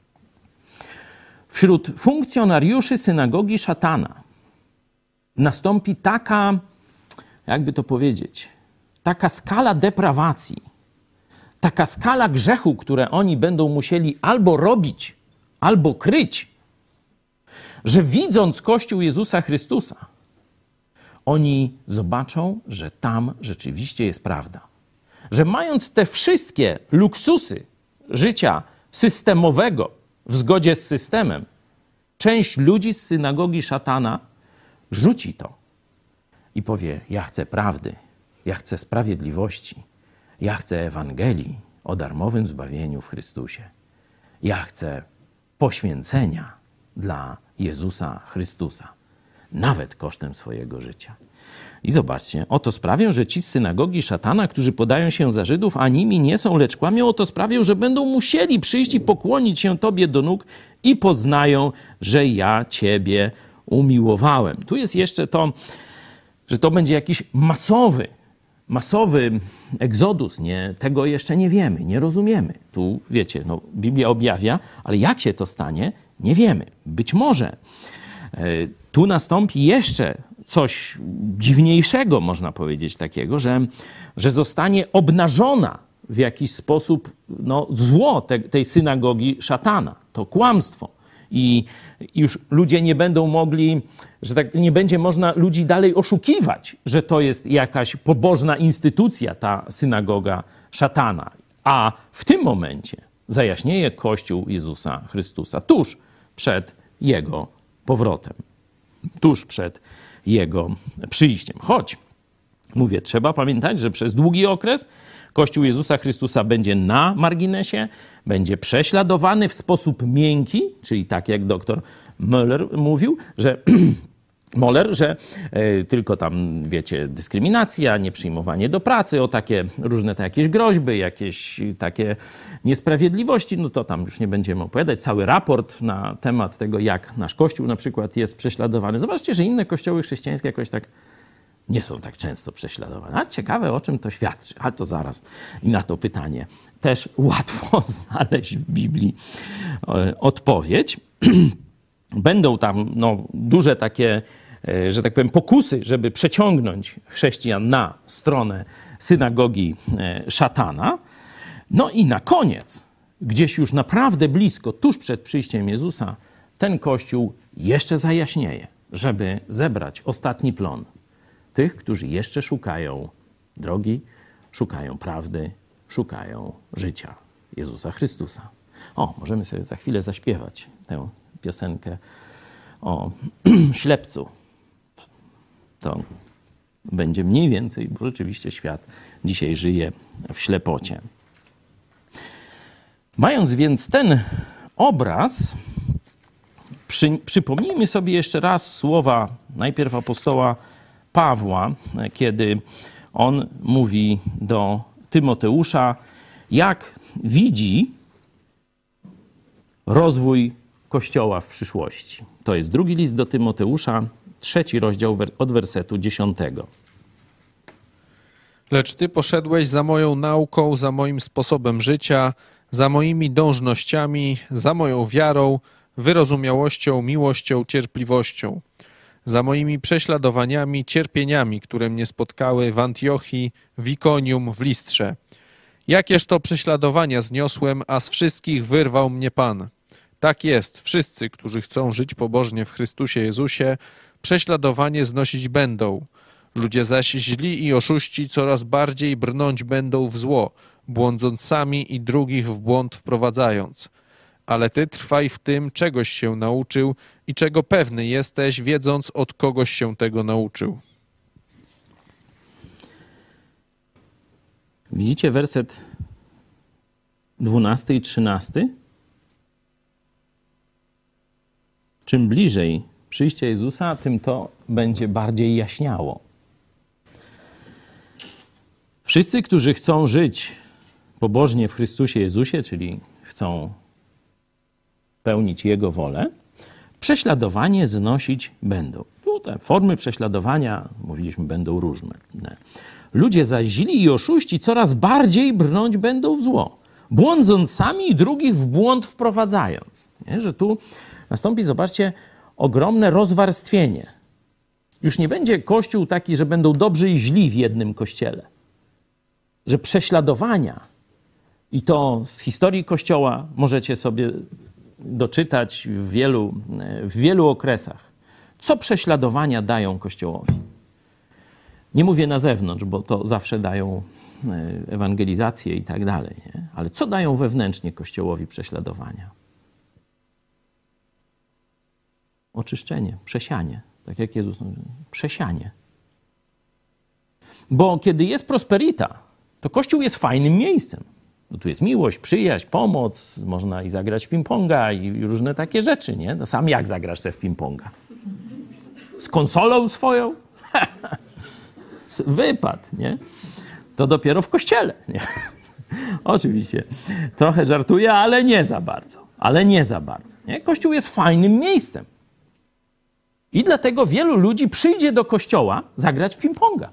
Wśród funkcjonariuszy synagogi szatana nastąpi taka, jakby to powiedzieć, taka skala deprawacji, taka skala grzechu, które oni będą musieli albo robić, albo kryć, że widząc Kościół Jezusa Chrystusa, oni zobaczą, że tam rzeczywiście jest prawda. Że mając te wszystkie luksusy życia systemowego w zgodzie z systemem, część ludzi z synagogi szatana rzuci to i powie: ja chcę prawdy, ja chcę sprawiedliwości, ja chcę Ewangelii o darmowym zbawieniu w Chrystusie. Ja chcę poświęcenia dla Jezusa Chrystusa, nawet kosztem swojego życia. I zobaczcie, oto sprawią, że ci z synagogi szatana, którzy podają się za Żydów, a nimi nie są, lecz kłamią, oto sprawią, że będą musieli przyjść i pokłonić się Tobie do nóg i poznają, że ja Ciebie umiłowałem. Tu jest jeszcze to, że to będzie jakiś masowy egzodus. Nie, tego jeszcze nie wiemy, nie rozumiemy. Tu, wiecie, no, Biblia objawia, ale jak się to stanie, nie wiemy. Być może tu nastąpi jeszcze coś dziwniejszego, można powiedzieć, takiego, że zostanie obnażona w jakiś sposób zło tej synagogi szatana, to kłamstwo. I już ludzie nie będą mogli, że tak nie będzie można ludzi dalej oszukiwać, że to jest jakaś pobożna instytucja, ta synagoga szatana. A w tym momencie zajaśnieje Kościół Jezusa Chrystusa tuż przed Jego powrotem, tuż przed Jego przyjściem. Choć, mówię, trzeba pamiętać, że przez długi okres Kościół Jezusa Chrystusa będzie na marginesie, będzie prześladowany w sposób miękki, czyli tak jak doktor Müller mówił, że Moller, że tylko tam, wiecie, dyskryminacja, nieprzyjmowanie do pracy, o takie różne jakieś groźby, jakieś takie niesprawiedliwości, no to tam już nie będziemy opowiadać. Cały raport na temat tego, jak nasz Kościół na przykład jest prześladowany. Zobaczcie, że inne kościoły chrześcijańskie jakoś tak nie są tak często prześladowane. A ciekawe, o czym to świadczy. Ale to zaraz i na to pytanie też łatwo znaleźć w Biblii odpowiedź. Będą tam duże takie, że tak powiem, pokusy, żeby przeciągnąć chrześcijan na stronę synagogi szatana. No i na koniec, gdzieś już naprawdę blisko, tuż przed przyjściem Jezusa, ten Kościół jeszcze zajaśnieje, żeby zebrać ostatni plon tych, którzy jeszcze szukają drogi, szukają prawdy, szukają życia Jezusa Chrystusa. O, możemy sobie za chwilę zaśpiewać tę piosenkę o ślepcu. To będzie mniej więcej, bo rzeczywiście świat dzisiaj żyje w ślepocie. Mając więc ten obraz, przypomnijmy sobie jeszcze raz słowa najpierw apostoła Pawła, kiedy on mówi do Tymoteusza, jak widzi rozwój Kościoła w przyszłości. To jest drugi list do Tymoteusza, 3 rozdział od wersetu 10. Lecz ty poszedłeś za moją nauką, za moim sposobem życia, za moimi dążnościami, za moją wiarą, wyrozumiałością, miłością, cierpliwością, za moimi prześladowaniami, cierpieniami, które mnie spotkały w Antiochii, w Ikonium, w Listrze. Jakież to prześladowania zniosłem, a z wszystkich wyrwał mnie Pan. Tak jest, wszyscy, którzy chcą żyć pobożnie w Chrystusie Jezusie, prześladowanie znosić będą. Ludzie zaś źli i oszuści coraz bardziej brnąć będą w zło, błądząc sami i drugich w błąd wprowadzając. Ale ty trwaj w tym, czegoś się nauczył i czego pewny jesteś, wiedząc, od kogoś się tego nauczył. Widzicie werset 12 i 13? Czym bliżej przyjścia Jezusa, tym to będzie bardziej jaśniało. Wszyscy, którzy chcą żyć pobożnie w Chrystusie Jezusie, czyli chcą pełnić Jego wolę, prześladowanie znosić będą. Tutaj formy prześladowania, mówiliśmy, będą różne. Ludzie zaś źli i oszuści coraz bardziej brnąć będą w zło, błądząc sami i drugich w błąd wprowadzając. Nie? Że tu nastąpi, zobaczcie, ogromne rozwarstwienie. Już nie będzie Kościół taki, że będą dobrzy i źli w jednym Kościele. Że prześladowania, i to z historii Kościoła możecie sobie doczytać w wielu okresach, co prześladowania dają Kościołowi. Nie mówię na zewnątrz, bo to zawsze dają ewangelizację i tak dalej, nie? Ale co dają wewnętrznie Kościołowi prześladowania? Oczyszczenie, przesianie. Tak jak Jezus mówi, przesianie. Bo kiedy jest prosperita, to Kościół jest fajnym miejscem. No tu jest miłość, przyjaźń, pomoc, można i zagrać w ping-ponga i różne takie rzeczy, nie? No sam jak zagrasz sobie w ping-ponga? Z konsolą swoją? Wypad, nie? To dopiero w kościele, nie? Oczywiście, trochę żartuję, ale nie za bardzo. Nie? Kościół jest fajnym miejscem. I dlatego wielu ludzi przyjdzie do kościoła zagrać w ping-ponga.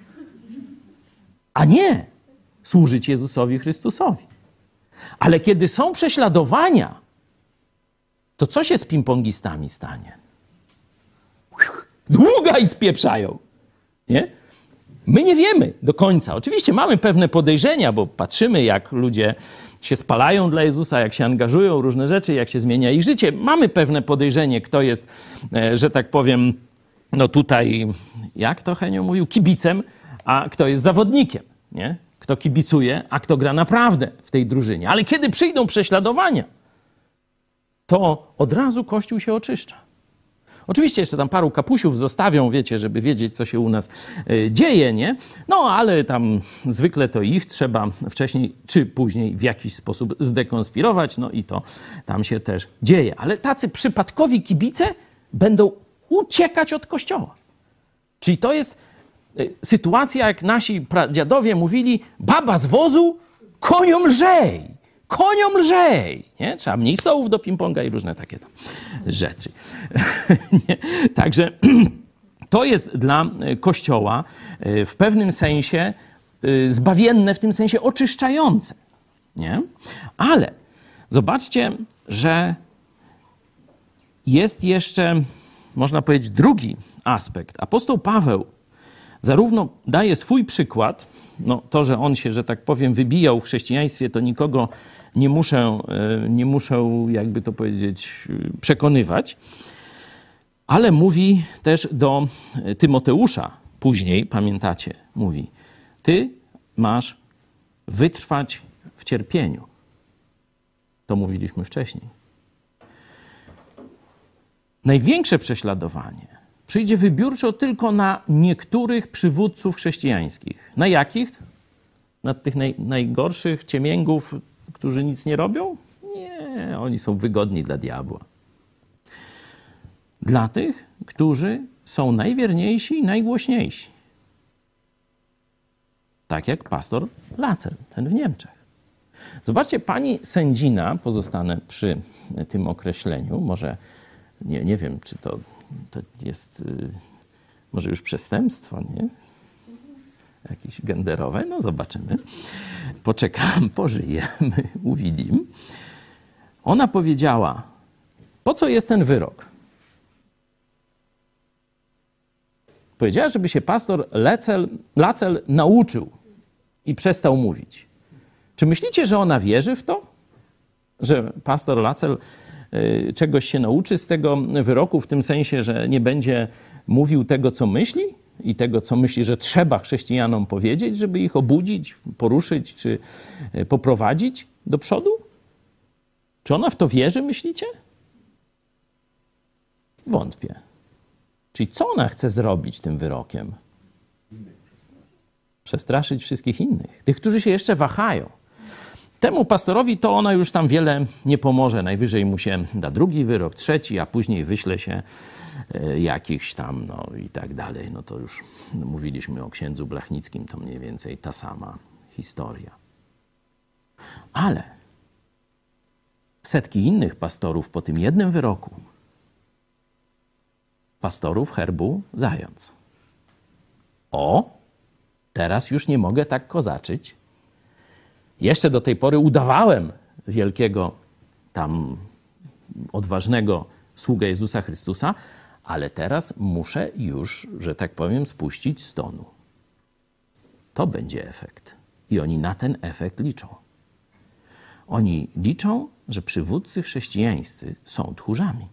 A nie służyć Jezusowi Chrystusowi. Ale kiedy są prześladowania, to co się z ping-pongistami stanie? Długa i spieprzają. Nie? My nie wiemy do końca. Oczywiście mamy pewne podejrzenia, bo patrzymy, jak ludzie się spalają dla Jezusa, jak się angażują, różne rzeczy, jak się zmienia ich życie. Mamy pewne podejrzenie, kto jest, że tak powiem, no tutaj, jak to Henio mówił, kibicem, a kto jest zawodnikiem, nie? Kto kibicuje, a kto gra naprawdę w tej drużynie. Ale kiedy przyjdą prześladowania, to od razu Kościół się oczyszcza. Oczywiście jeszcze tam paru kapusiów zostawią, wiecie, żeby wiedzieć, co się u nas dzieje, nie? No, ale tam zwykle to ich trzeba wcześniej czy później w jakiś sposób zdekonspirować, no i to tam się też dzieje. Ale tacy przypadkowi kibice będą uciekać od Kościoła. Czyli to jest sytuacja, jak nasi pradziadowie mówili, baba z wozu, koniom lżej. Koniom lżej. Nie? Trzeba mniej stołów do ping-ponga i różne takie tam rzeczy. Nie? Także to jest dla Kościoła w pewnym sensie zbawienne, w tym sensie oczyszczające. Nie? Ale zobaczcie, że jest jeszcze, można powiedzieć, drugi aspekt. Apostoł Paweł zarówno daje swój przykład, no to, że on się, że tak powiem, wybijał w chrześcijaństwie, to nikogo nie muszę, jakby to powiedzieć, przekonywać, ale mówi też do Tymoteusza później, pamiętacie, mówi, ty masz wytrwać w cierpieniu. To mówiliśmy wcześniej. Największe prześladowanie przyjdzie wybiórczo tylko na niektórych przywódców chrześcijańskich. Na jakich? Na tych najgorszych ciemięgów, którzy nic nie robią? Nie, oni są wygodni dla diabła. Dla tych, którzy są najwierniejsi i najgłośniejsi. Tak jak pastor Lacel, ten w Niemczech. Zobaczcie, pani sędzina, pozostanę przy tym określeniu, może nie wiem, czy to jest może już przestępstwo, nie? Jakieś genderowe, no zobaczymy. Poczekamy, pożyjemy, uwidzimy. Ona powiedziała, po co jest ten wyrok? Powiedziała, żeby się pastor Lacel nauczył i przestał mówić. Czy myślicie, że ona wierzy w to? Że pastor Lacel czegoś się nauczy z tego wyroku, w tym sensie, że nie będzie mówił tego, co myśli i tego, co myśli, że trzeba chrześcijanom powiedzieć, żeby ich obudzić, poruszyć czy poprowadzić do przodu? Czy ona w to wierzy, myślicie? Wątpię. Czyli co ona chce zrobić tym wyrokiem? Przestraszyć wszystkich innych. Tych, którzy się jeszcze wahają. Temu pastorowi to ona już tam wiele nie pomoże. Najwyżej mu się da drugi wyrok, trzeci, a później wyśle się jakiś tam, no i tak dalej. No to już mówiliśmy o księdzu Blachnickim, to mniej więcej ta sama historia. Ale setki innych pastorów po tym jednym wyroku, pastorów herbu Zając. O, teraz już nie mogę tak kozaczyć. Jeszcze do tej pory udawałem wielkiego tam odważnego sługę Jezusa Chrystusa, ale teraz muszę już, że tak powiem, spuścić z tonu. To będzie efekt. I oni na ten efekt liczą. Oni liczą, że przywódcy chrześcijańscy są tchórzami.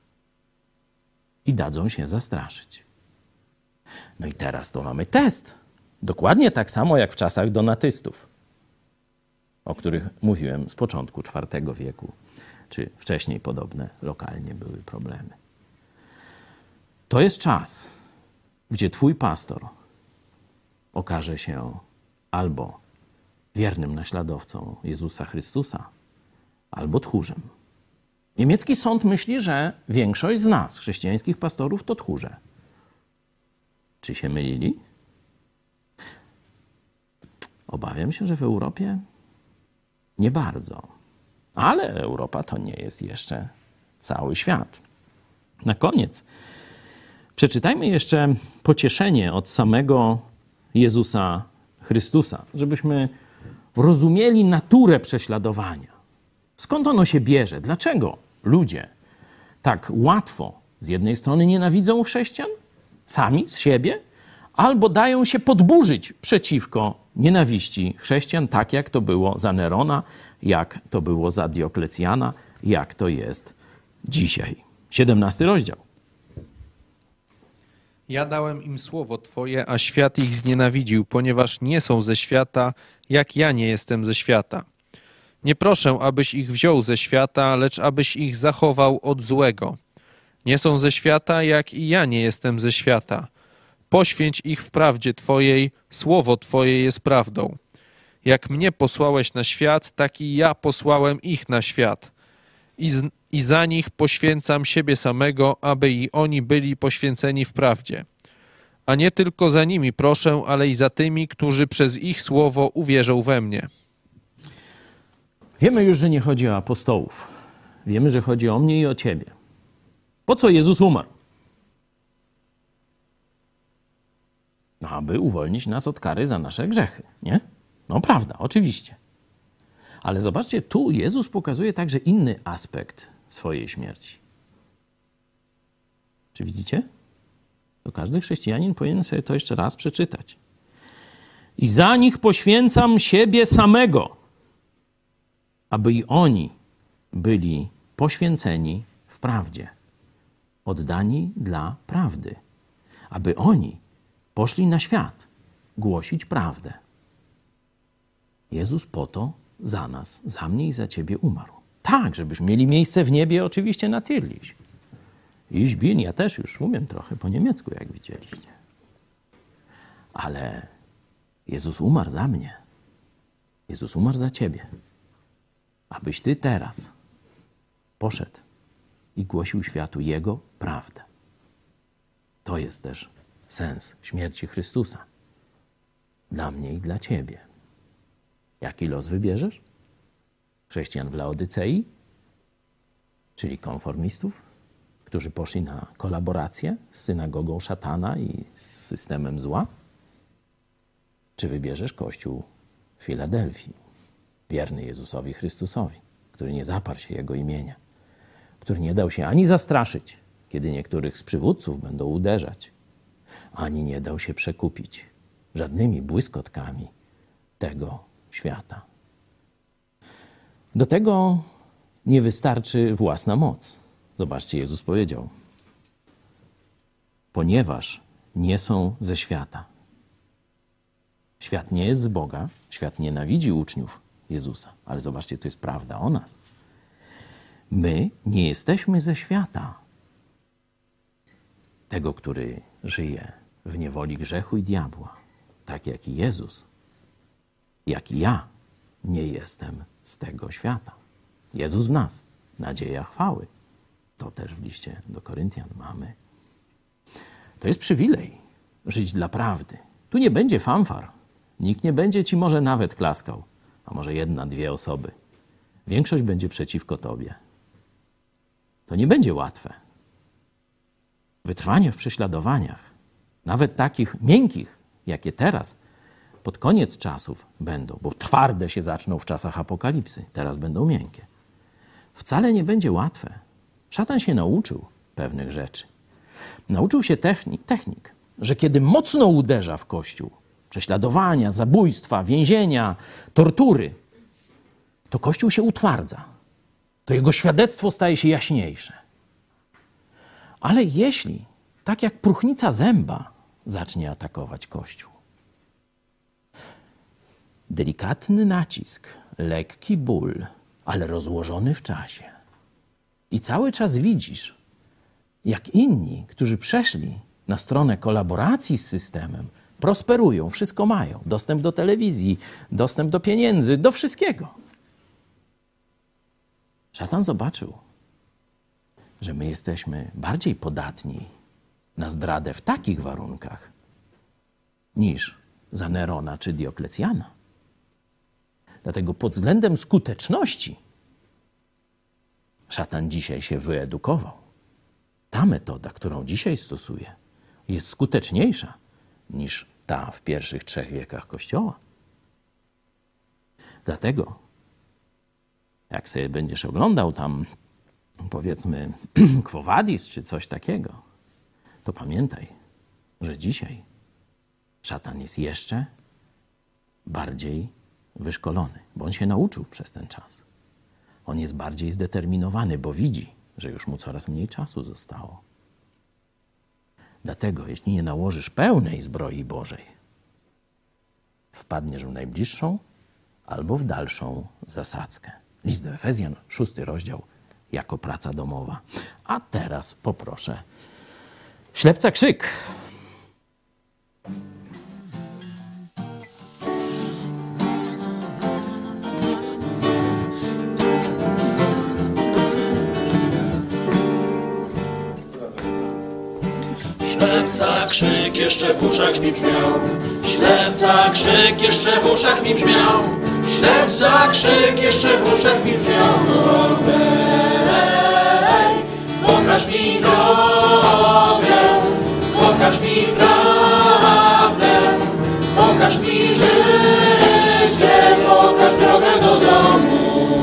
I dadzą się zastraszyć. No i teraz to mamy test. Dokładnie tak samo jak w czasach donatystów, o których mówiłem z początku IV wieku, czy wcześniej podobne lokalnie były problemy. To jest czas, gdzie twój pastor okaże się albo wiernym naśladowcą Jezusa Chrystusa, albo tchórzem. Niemiecki sąd myśli, że większość z nas, chrześcijańskich pastorów, to tchórze. Czy się mylili? Obawiam się, że w Europie nie bardzo. Ale Europa to nie jest jeszcze cały świat. Na koniec przeczytajmy jeszcze pocieszenie od samego Jezusa Chrystusa, żebyśmy rozumieli naturę prześladowania. Skąd ono się bierze? Dlaczego ludzie tak łatwo z jednej strony nienawidzą chrześcijan, sami z siebie, albo dają się podburzyć przeciwko nienawiści chrześcijan, tak jak to było za Nerona, jak to było za Dioklecjana, jak to jest dzisiaj. 17 rozdział. Ja dałem im słowo Twoje, a świat ich znienawidził, ponieważ nie są ze świata, jak ja nie jestem ze świata. Nie proszę, abyś ich wziął ze świata, lecz abyś ich zachował od złego. Nie są ze świata, jak i ja nie jestem ze świata. Poświęć ich w prawdzie Twojej, słowo Twoje jest prawdą. Jak mnie posłałeś na świat, tak i ja posłałem ich na świat. i za nich poświęcam siebie samego, aby i oni byli poświęceni w prawdzie. A nie tylko za nimi proszę, ale i za tymi, którzy przez ich słowo uwierzą we mnie. Wiemy już, że nie chodzi o apostołów. Wiemy, że chodzi o mnie i o ciebie. Po co Jezus umarł? No, aby uwolnić nas od kary za nasze grzechy, nie? No prawda, oczywiście. Ale zobaczcie, tu Jezus pokazuje także inny aspekt swojej śmierci. Czy widzicie? To każdy chrześcijanin powinien sobie to jeszcze raz przeczytać. I za nich poświęcam siebie samego, aby i oni byli poświęceni w prawdzie, oddani dla prawdy, aby oni poszli na świat głosić prawdę. Jezus po to za nas, za mnie i za ciebie umarł. Tak, żebyśmy mieli miejsce w niebie, oczywiście natürlich. Ich bin, ja też już umiem trochę po niemiecku, jak widzieliście. Ale Jezus umarł za mnie. Jezus umarł za ciebie. Abyś ty teraz poszedł i głosił światu Jego prawdę. To jest też sens śmierci Chrystusa. Dla mnie i dla ciebie. Jaki los wybierzesz? Chrześcijan w Laodycei, czyli konformistów, którzy poszli na kolaborację z synagogą szatana i z systemem zła? Czy wybierzesz Kościół w Filadelfii, wierny Jezusowi Chrystusowi, który nie zaparł się Jego imienia, który nie dał się ani zastraszyć, kiedy niektórych z przywódców będą uderzać, ani nie dał się przekupić żadnymi błyskotkami tego świata. Do tego nie wystarczy własna moc. Zobaczcie, Jezus powiedział, ponieważ nie są ze świata. Świat nie jest z Boga, świat nienawidzi uczniów Jezusa, ale zobaczcie, to jest prawda o nas. My nie jesteśmy ze świata. Tego, który żyje w niewoli grzechu i diabła, tak jak i Jezus, jak i ja nie jestem z tego świata. Jezus w nas, nadzieja chwały. To też w liście do Koryntian mamy. To jest przywilej żyć dla prawdy. Tu nie będzie fanfar. Nikt nie będzie ci może nawet klaskał, a może jedna, dwie osoby. Większość będzie przeciwko tobie. To nie będzie łatwe. Wytrwanie w prześladowaniach, nawet takich miękkich, jakie teraz, pod koniec czasów będą, bo twarde się zaczną w czasach apokalipsy, teraz będą miękkie. Wcale nie będzie łatwe. Szatan się nauczył pewnych rzeczy. Nauczył się technik, że kiedy mocno uderza w Kościół, prześladowania, zabójstwa, więzienia, tortury, to Kościół się utwardza. To jego świadectwo staje się jaśniejsze. Ale jeśli, tak jak próchnica zęba, zacznie atakować Kościół, delikatny nacisk, lekki ból, ale rozłożony w czasie. I cały czas widzisz, jak inni, którzy przeszli na stronę kolaboracji z systemem, prosperują, wszystko mają. Dostęp do telewizji, dostęp do pieniędzy, do wszystkiego. Szatan zobaczył, że my jesteśmy bardziej podatni na zdradę w takich warunkach niż za Nerona czy Dioklecjana. Dlatego pod względem skuteczności szatan dzisiaj się wyedukował. Ta metoda, którą dzisiaj stosuje, jest skuteczniejsza niż ta w pierwszych 3 wiekach Kościoła. Dlatego, jak sobie będziesz oglądał tam, powiedzmy, Quo Vadis czy coś takiego, to pamiętaj, że dzisiaj szatan jest jeszcze bardziej wyszkolony, bo on się nauczył przez ten czas. On jest bardziej zdeterminowany, bo widzi, że już mu coraz mniej czasu zostało. Dlatego, jeśli nie nałożysz pełnej zbroi Bożej, wpadniesz w najbliższą albo w dalszą zasadzkę. List do Efezjan, 6 rozdział, jako praca domowa. A teraz poproszę ślepca krzyk. krzyk jeszcze w uszach mi brzmiał. Ślepca krzyk jeszcze w uszach mi brzmiał. Ślepca krzyk jeszcze w uszach mi brzmiał. Hej, pokaż mi drogę, pokaż mi prawdę, pokaż mi życie, pokaż drogę do domu.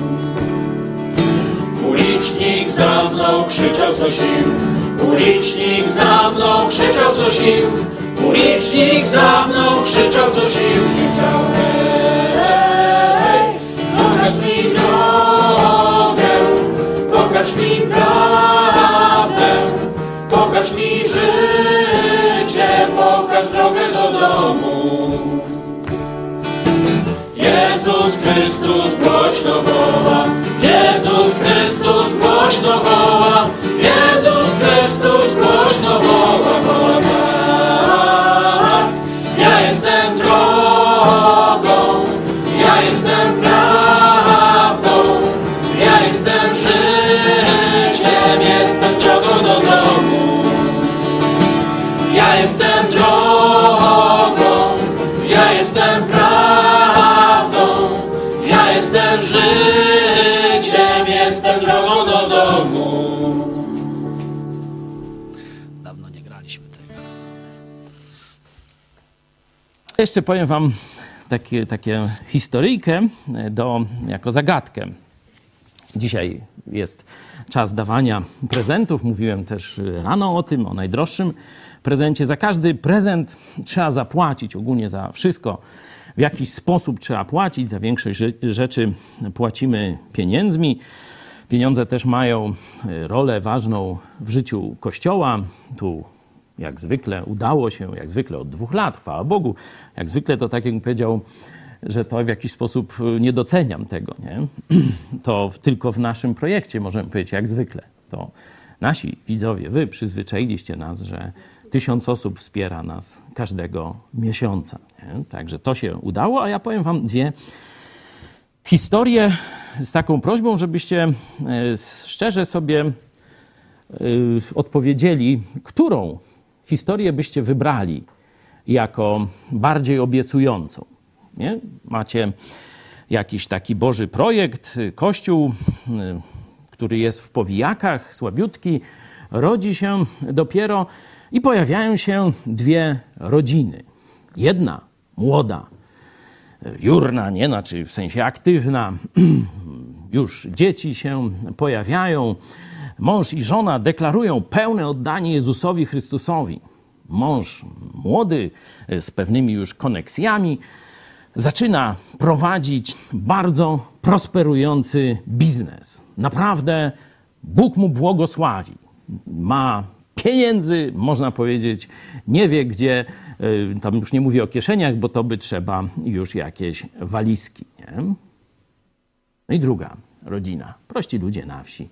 Ulicznik za mną krzyczał co sił. Ulicznik za mną krzyczał co sił. Ulicznik za mną krzyczał co sił. Krzyczał hej, pokaż mi drogę, pokaż mi prawdę, pokaż mi życie, pokaż drogę do domu. Jezus Chrystus głośno woła, Jezus Chrystus głośno woła, Jezus Chrystus głośno woła, woła tak. Ja jestem drogą, ja jestem prawdą, ja jestem życiem, jestem drogą do domu. Ja jestem drogą, ja jestem prawdą, ja jestem życiem, jestem drogą do domu. Dawno nie graliśmy tego. Jeszcze powiem wam takie historyjkę jako zagadkę. Dzisiaj jest czas dawania prezentów. Mówiłem też rano o tym, o najdroższym prezencie. Za każdy prezent trzeba zapłacić, ogólnie za wszystko. W jakiś sposób trzeba płacić, za większość rzeczy płacimy pieniędzmi. Pieniądze też mają rolę ważną w życiu Kościoła. Tu jak zwykle udało się, jak zwykle od 2 lat, chwała Bogu. Jak zwykle to tak jak powiedział, że to w jakiś sposób nie doceniam tego, nie? To tylko w naszym projekcie możemy powiedzieć jak zwykle. To nasi widzowie, wy przyzwyczailiście nas, że 1000 osób wspiera nas każdego miesiąca. Nie? Także to się udało, a ja powiem wam 2 historie z taką prośbą, żebyście szczerze sobie odpowiedzieli, którą historię byście wybrali jako bardziej obiecującą. Nie? Macie jakiś taki Boży projekt, Kościół, który jest w powijakach, słabiutki, rodzi się dopiero i pojawiają się 2 rodziny. Jedna młoda, jurna, nie? Znaczy w sensie aktywna, już dzieci się pojawiają, mąż i żona deklarują pełne oddanie Jezusowi Chrystusowi. Mąż młody, z pewnymi już koneksjami, zaczyna prowadzić bardzo prosperujący biznes. Naprawdę Bóg mu błogosławi. Ma pieniędzy, można powiedzieć, nie wie gdzie, tam już nie mówię o kieszeniach, bo to by trzeba już jakieś walizki. Nie? No i druga rodzina, prości ludzie na wsi.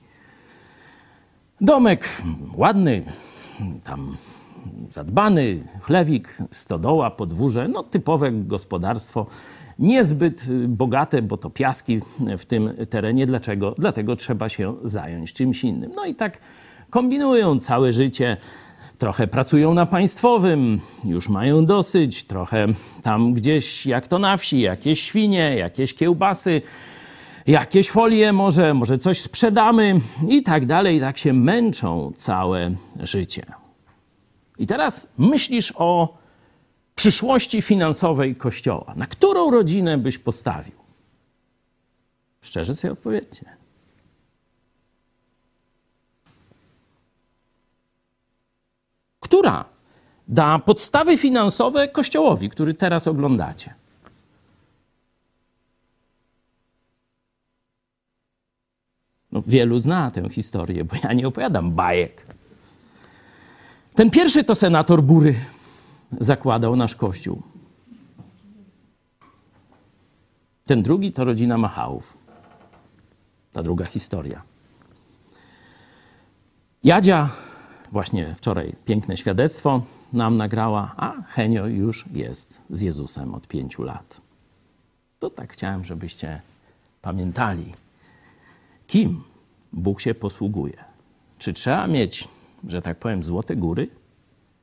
Domek ładny, tam zadbany, chlewik, stodoła, podwórze, no typowe gospodarstwo, niezbyt bogate, bo to piaski w tym terenie. Dlaczego? Dlatego trzeba się zająć czymś innym. No i tak kombinują całe życie, trochę pracują na państwowym, już mają dosyć, trochę tam gdzieś, jak to na wsi, jakieś świnie, jakieś kiełbasy, jakieś folie może coś sprzedamy i tak dalej. I tak się męczą całe życie. I teraz myślisz o przyszłości finansowej Kościoła. Na którą rodzinę byś postawił? Szczerze sobie odpowiedzcie. Która da podstawy finansowe Kościołowi, który teraz oglądacie? No, wielu zna tę historię, bo ja nie opowiadam bajek. Ten pierwszy to senator Bury zakładał nasz Kościół. Ten drugi to rodzina Machałów. Ta druga historia. Jadzia właśnie wczoraj piękne świadectwo nam nagrała, a Henio już jest z Jezusem od 5 lat. To tak chciałem, żebyście pamiętali, kim Bóg się posługuje. Czy trzeba mieć, że tak powiem, złote góry?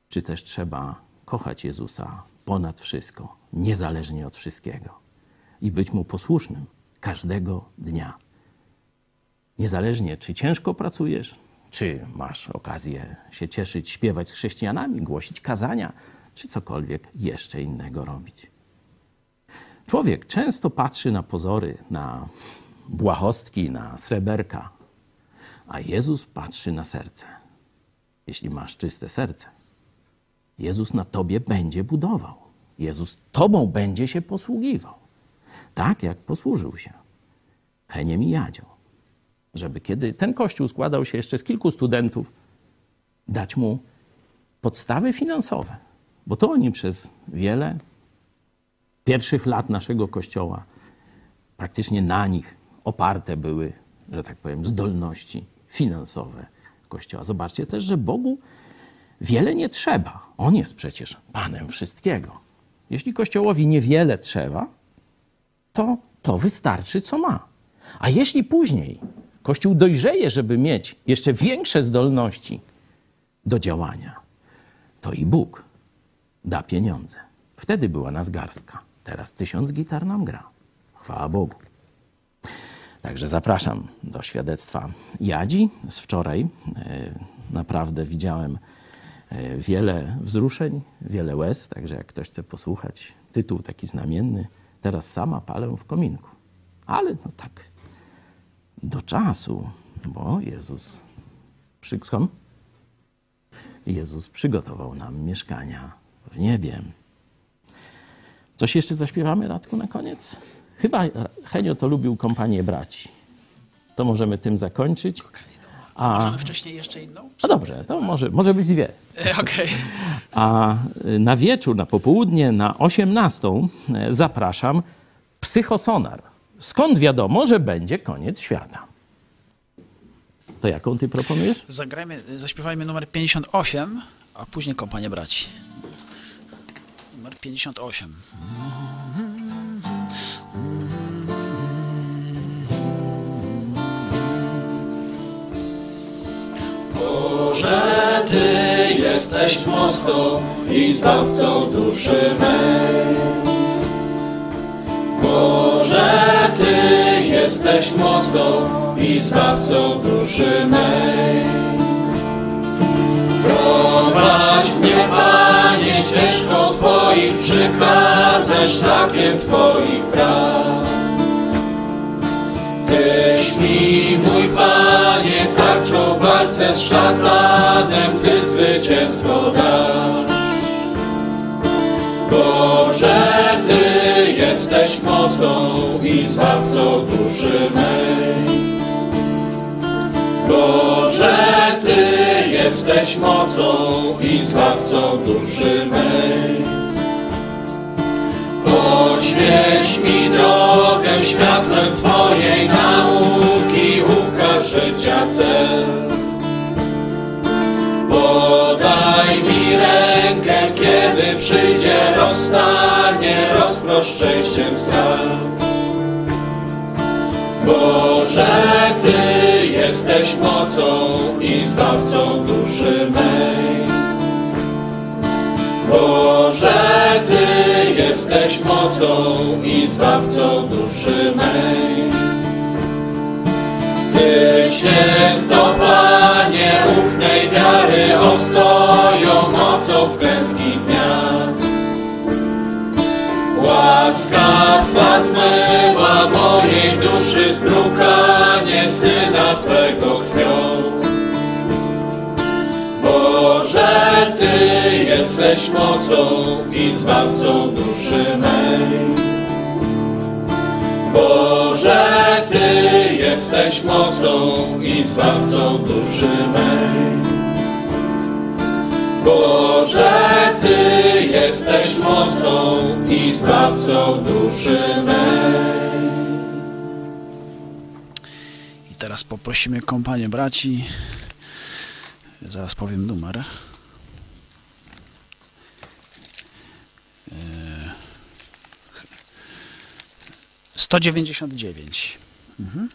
czy też trzeba kochać Jezusa ponad wszystko, niezależnie od wszystkiego i być Mu posłusznym każdego dnia. Niezależnie, czy ciężko pracujesz, czy masz okazję się cieszyć, śpiewać z chrześcijanami, głosić kazania, czy cokolwiek jeszcze innego robić. Człowiek często patrzy na pozory, na błahostki, na sreberka, a Jezus patrzy na serce. Jeśli masz czyste serce, Jezus na tobie będzie budował. Jezus tobą będzie się posługiwał. Tak jak posłużył się Heniem i Jadzią. Żeby kiedy ten kościół składał się jeszcze z kilku studentów, dać mu podstawy finansowe. Bo to oni przez wiele pierwszych lat naszego kościoła praktycznie na nich oparte były, że tak powiem, zdolności finansowe kościoła. Zobaczcie też, że Bogu wiele nie trzeba. On jest przecież Panem wszystkiego. Jeśli Kościołowi niewiele trzeba, to wystarczy, co ma. A jeśli później Kościół dojrzeje, żeby mieć jeszcze większe zdolności do działania, to i Bóg da pieniądze. Wtedy była nas garstka. Teraz 1000 gitar nam gra. Chwała Bogu. Także zapraszam do świadectwa Jadzi z wczoraj. Naprawdę widziałem wiele wzruszeń, wiele łez. Także jak ktoś chce posłuchać, tytuł taki znamienny. Teraz sama palę w kominku. Ale no tak, do czasu, bo Jezus przygotował nam mieszkania w niebie. Coś jeszcze zaśpiewamy, Radku, na koniec? Chyba Henio to lubił kompanię braci. To możemy tym zakończyć. Okej, dobra. Możemy wcześniej jeszcze inną? A dobrze, to może być dwie. Okej. A na wieczór, na popołudnie, na 18 zapraszam Psychosonar. Skąd wiadomo, że będzie koniec świata? To jaką ty proponujesz? Zaśpiewajmy numer 58, a później kompanię braci. Numer 58. Boże, Ty jesteś mocą i zbawcą duszy mej. Boże, Ty jesteś mocą i zbawcą duszy mej. Prowadź mnie, Panie, ścieżką Twoich przykazań, szlakiem Twoich praw. Tyś mi, mój Panie, tarczą w walce z szatanem, Ty zwycięstwo dasz. Boże, Ty jesteś mocą i zbawcą duszy mej. Boże, Ty jesteś mocą i zbawcą duszy mej. Oświeć mi drogę światłem Twojej nauki, ukaż życia cel. Podaj mi rękę, kiedy przyjdzie rozstanie, rozprosz szczęściem strach. Boże, Ty jesteś mocą i zbawcą duszy mej. Boże, Ty jesteś mocą i zbawcą duszy mej. Tyś jest to, Panie, ufnej wiary ostoją, mocą w klęskich dniach. Łaska Twa zmyła mojej duszy zbrukanie, Syna Twego krwią. Boże, Ty jesteś mocą i zbawcą duszy mej. Boże, Ty jesteś mocą i zbawcą duszy mej. Boże, Ty jesteś mocą i zbawcą duszy mej. I teraz poprosimy kompanię braci. Zaraz powiem numer. 199. Mhm.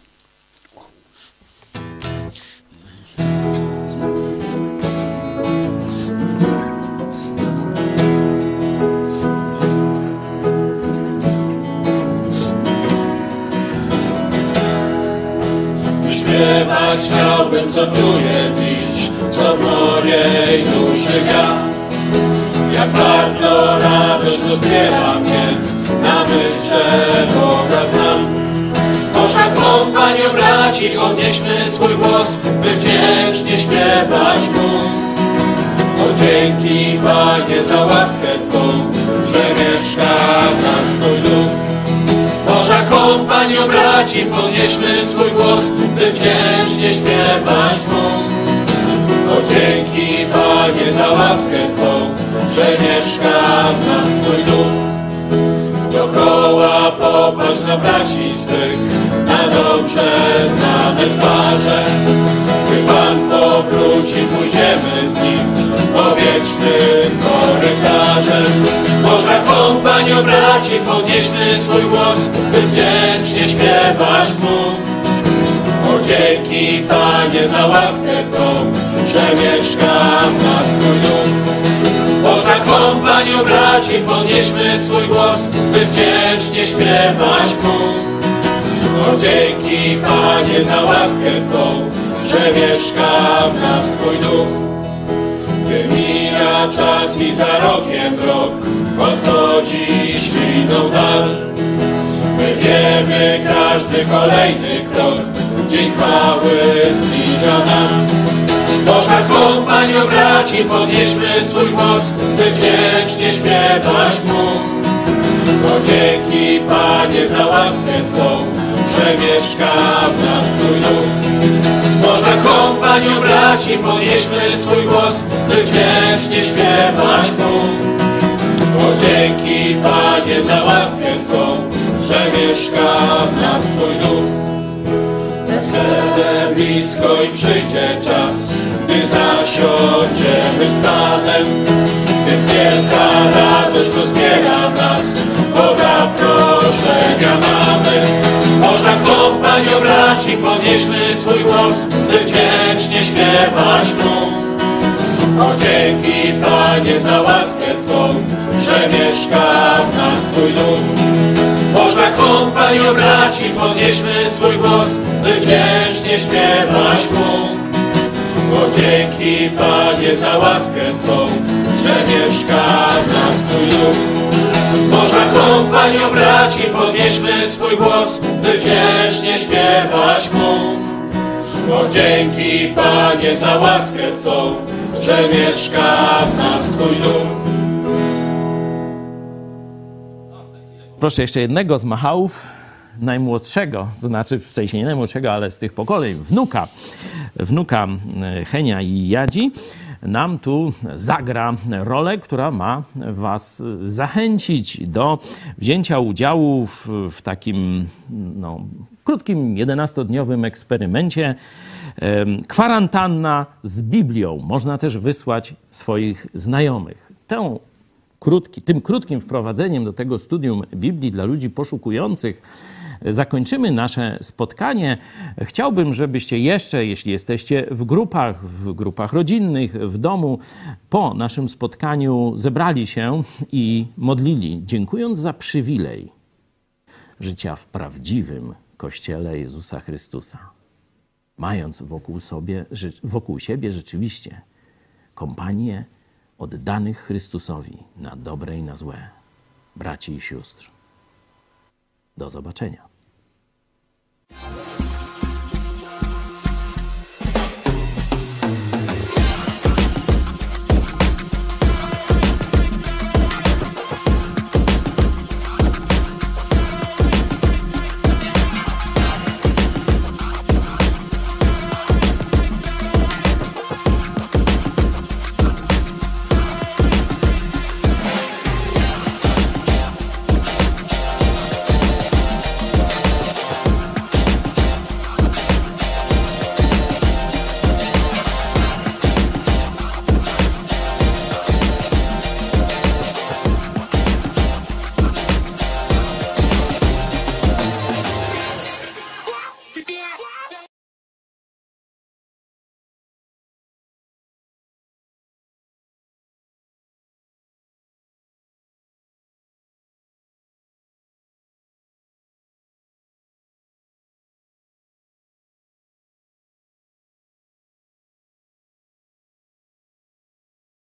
Śpiewać chciałbym, co czuję dziś, co w mojej duszy gra. Jak bardzo radość rozbiera mnie, na myśl, że Boga znam. Można kompanią braci, odnieśmy swój głos, by wdzięcznie śpiewać Mu. O dzięki, Panie, za łaskę Twą, że mieszka w nas Twój duch. Można kompanią braci, podnieśmy swój głos, by wdzięcznie śpiewać Mu. O dzięki, Panie, za łaskę Twą, że mieszka w nas Twój duch. Dokoła popatrz na braci swych, na dobrze znane twarze. Gdy Pan powróci, pójdziemy z Nim po wiecznym korytarzem. Można kompanią braci, podnieśmy swój głos, by wdzięcznie śpiewać Mu. O dzięki, Panie, za łaskę Twą, że mieszka w nas Twój duch. Można kompanią braci, podnieśmy swój głos, by wdzięcznie śpiewać Mu. O dzięki, Panie, za łaskę Twą, że mieszka w nas Twój duch. Gdy mija czas i za rokiem rok odchodzi świną dal, my wiemy, każdy kolejny krok gdzieś chwały zbliża nam. Można kompanią braci, podnieśmy swój głos, by wdzięcznie śpiewać Mu. O dzięki, Panie, za łaskę Twą, że mieszka w nas Twój duch. Można kompanią braci, podnieśmy swój głos, by wdzięcznie śpiewać Mu. O dzięki, Panie, za łaskę Twą, że mieszka w nas Twój duch. Wesele blisko i przyjdzie czas, gdy zasiądziemy z Panem, więc wielka radość rozbiera nas, bo zaproszenia mamy. Można kompanią braci, podnieśmy swój głos, by wdzięcznie śpiewać Mu. O dzięki, Panie, za łaskę Twą, że mieszka w nas Twój duch. Można kompanią braci, podnieśmy swój głos, by wdzięcznie śpiewać Mu. O dzięki, Panie, za łaskę Twą, że mieszka w nas Twój duch. Można kompanią braci, podnieśmy swój głos, by wdzięcznie śpiewać Mu. O dzięki, Panie, za łaskę Twą, że mieszka w nas Twój duch. Proszę jeszcze jednego z Machałów, najmłodszego, to znaczy w sensie nie najmłodszego, ale z tych pokoleń, wnuka Henia i Jadzi, nam tu zagra rolę, która ma was zachęcić do wzięcia udziału w takim krótkim, 11-dniowym eksperymencie. Kwarantanna z Biblią. Można też wysłać swoich znajomych. Tym krótkim wprowadzeniem do tego studium Biblii dla ludzi poszukujących zakończymy nasze spotkanie. Chciałbym, żebyście jeszcze, jeśli jesteście w grupach rodzinnych, w domu, po naszym spotkaniu zebrali się i modlili, dziękując za przywilej życia w prawdziwym Kościele Jezusa Chrystusa, mając wokół siebie rzeczywiście kompanię oddanych Chrystusowi na dobre i na złe, braci i sióstr. Do zobaczenia.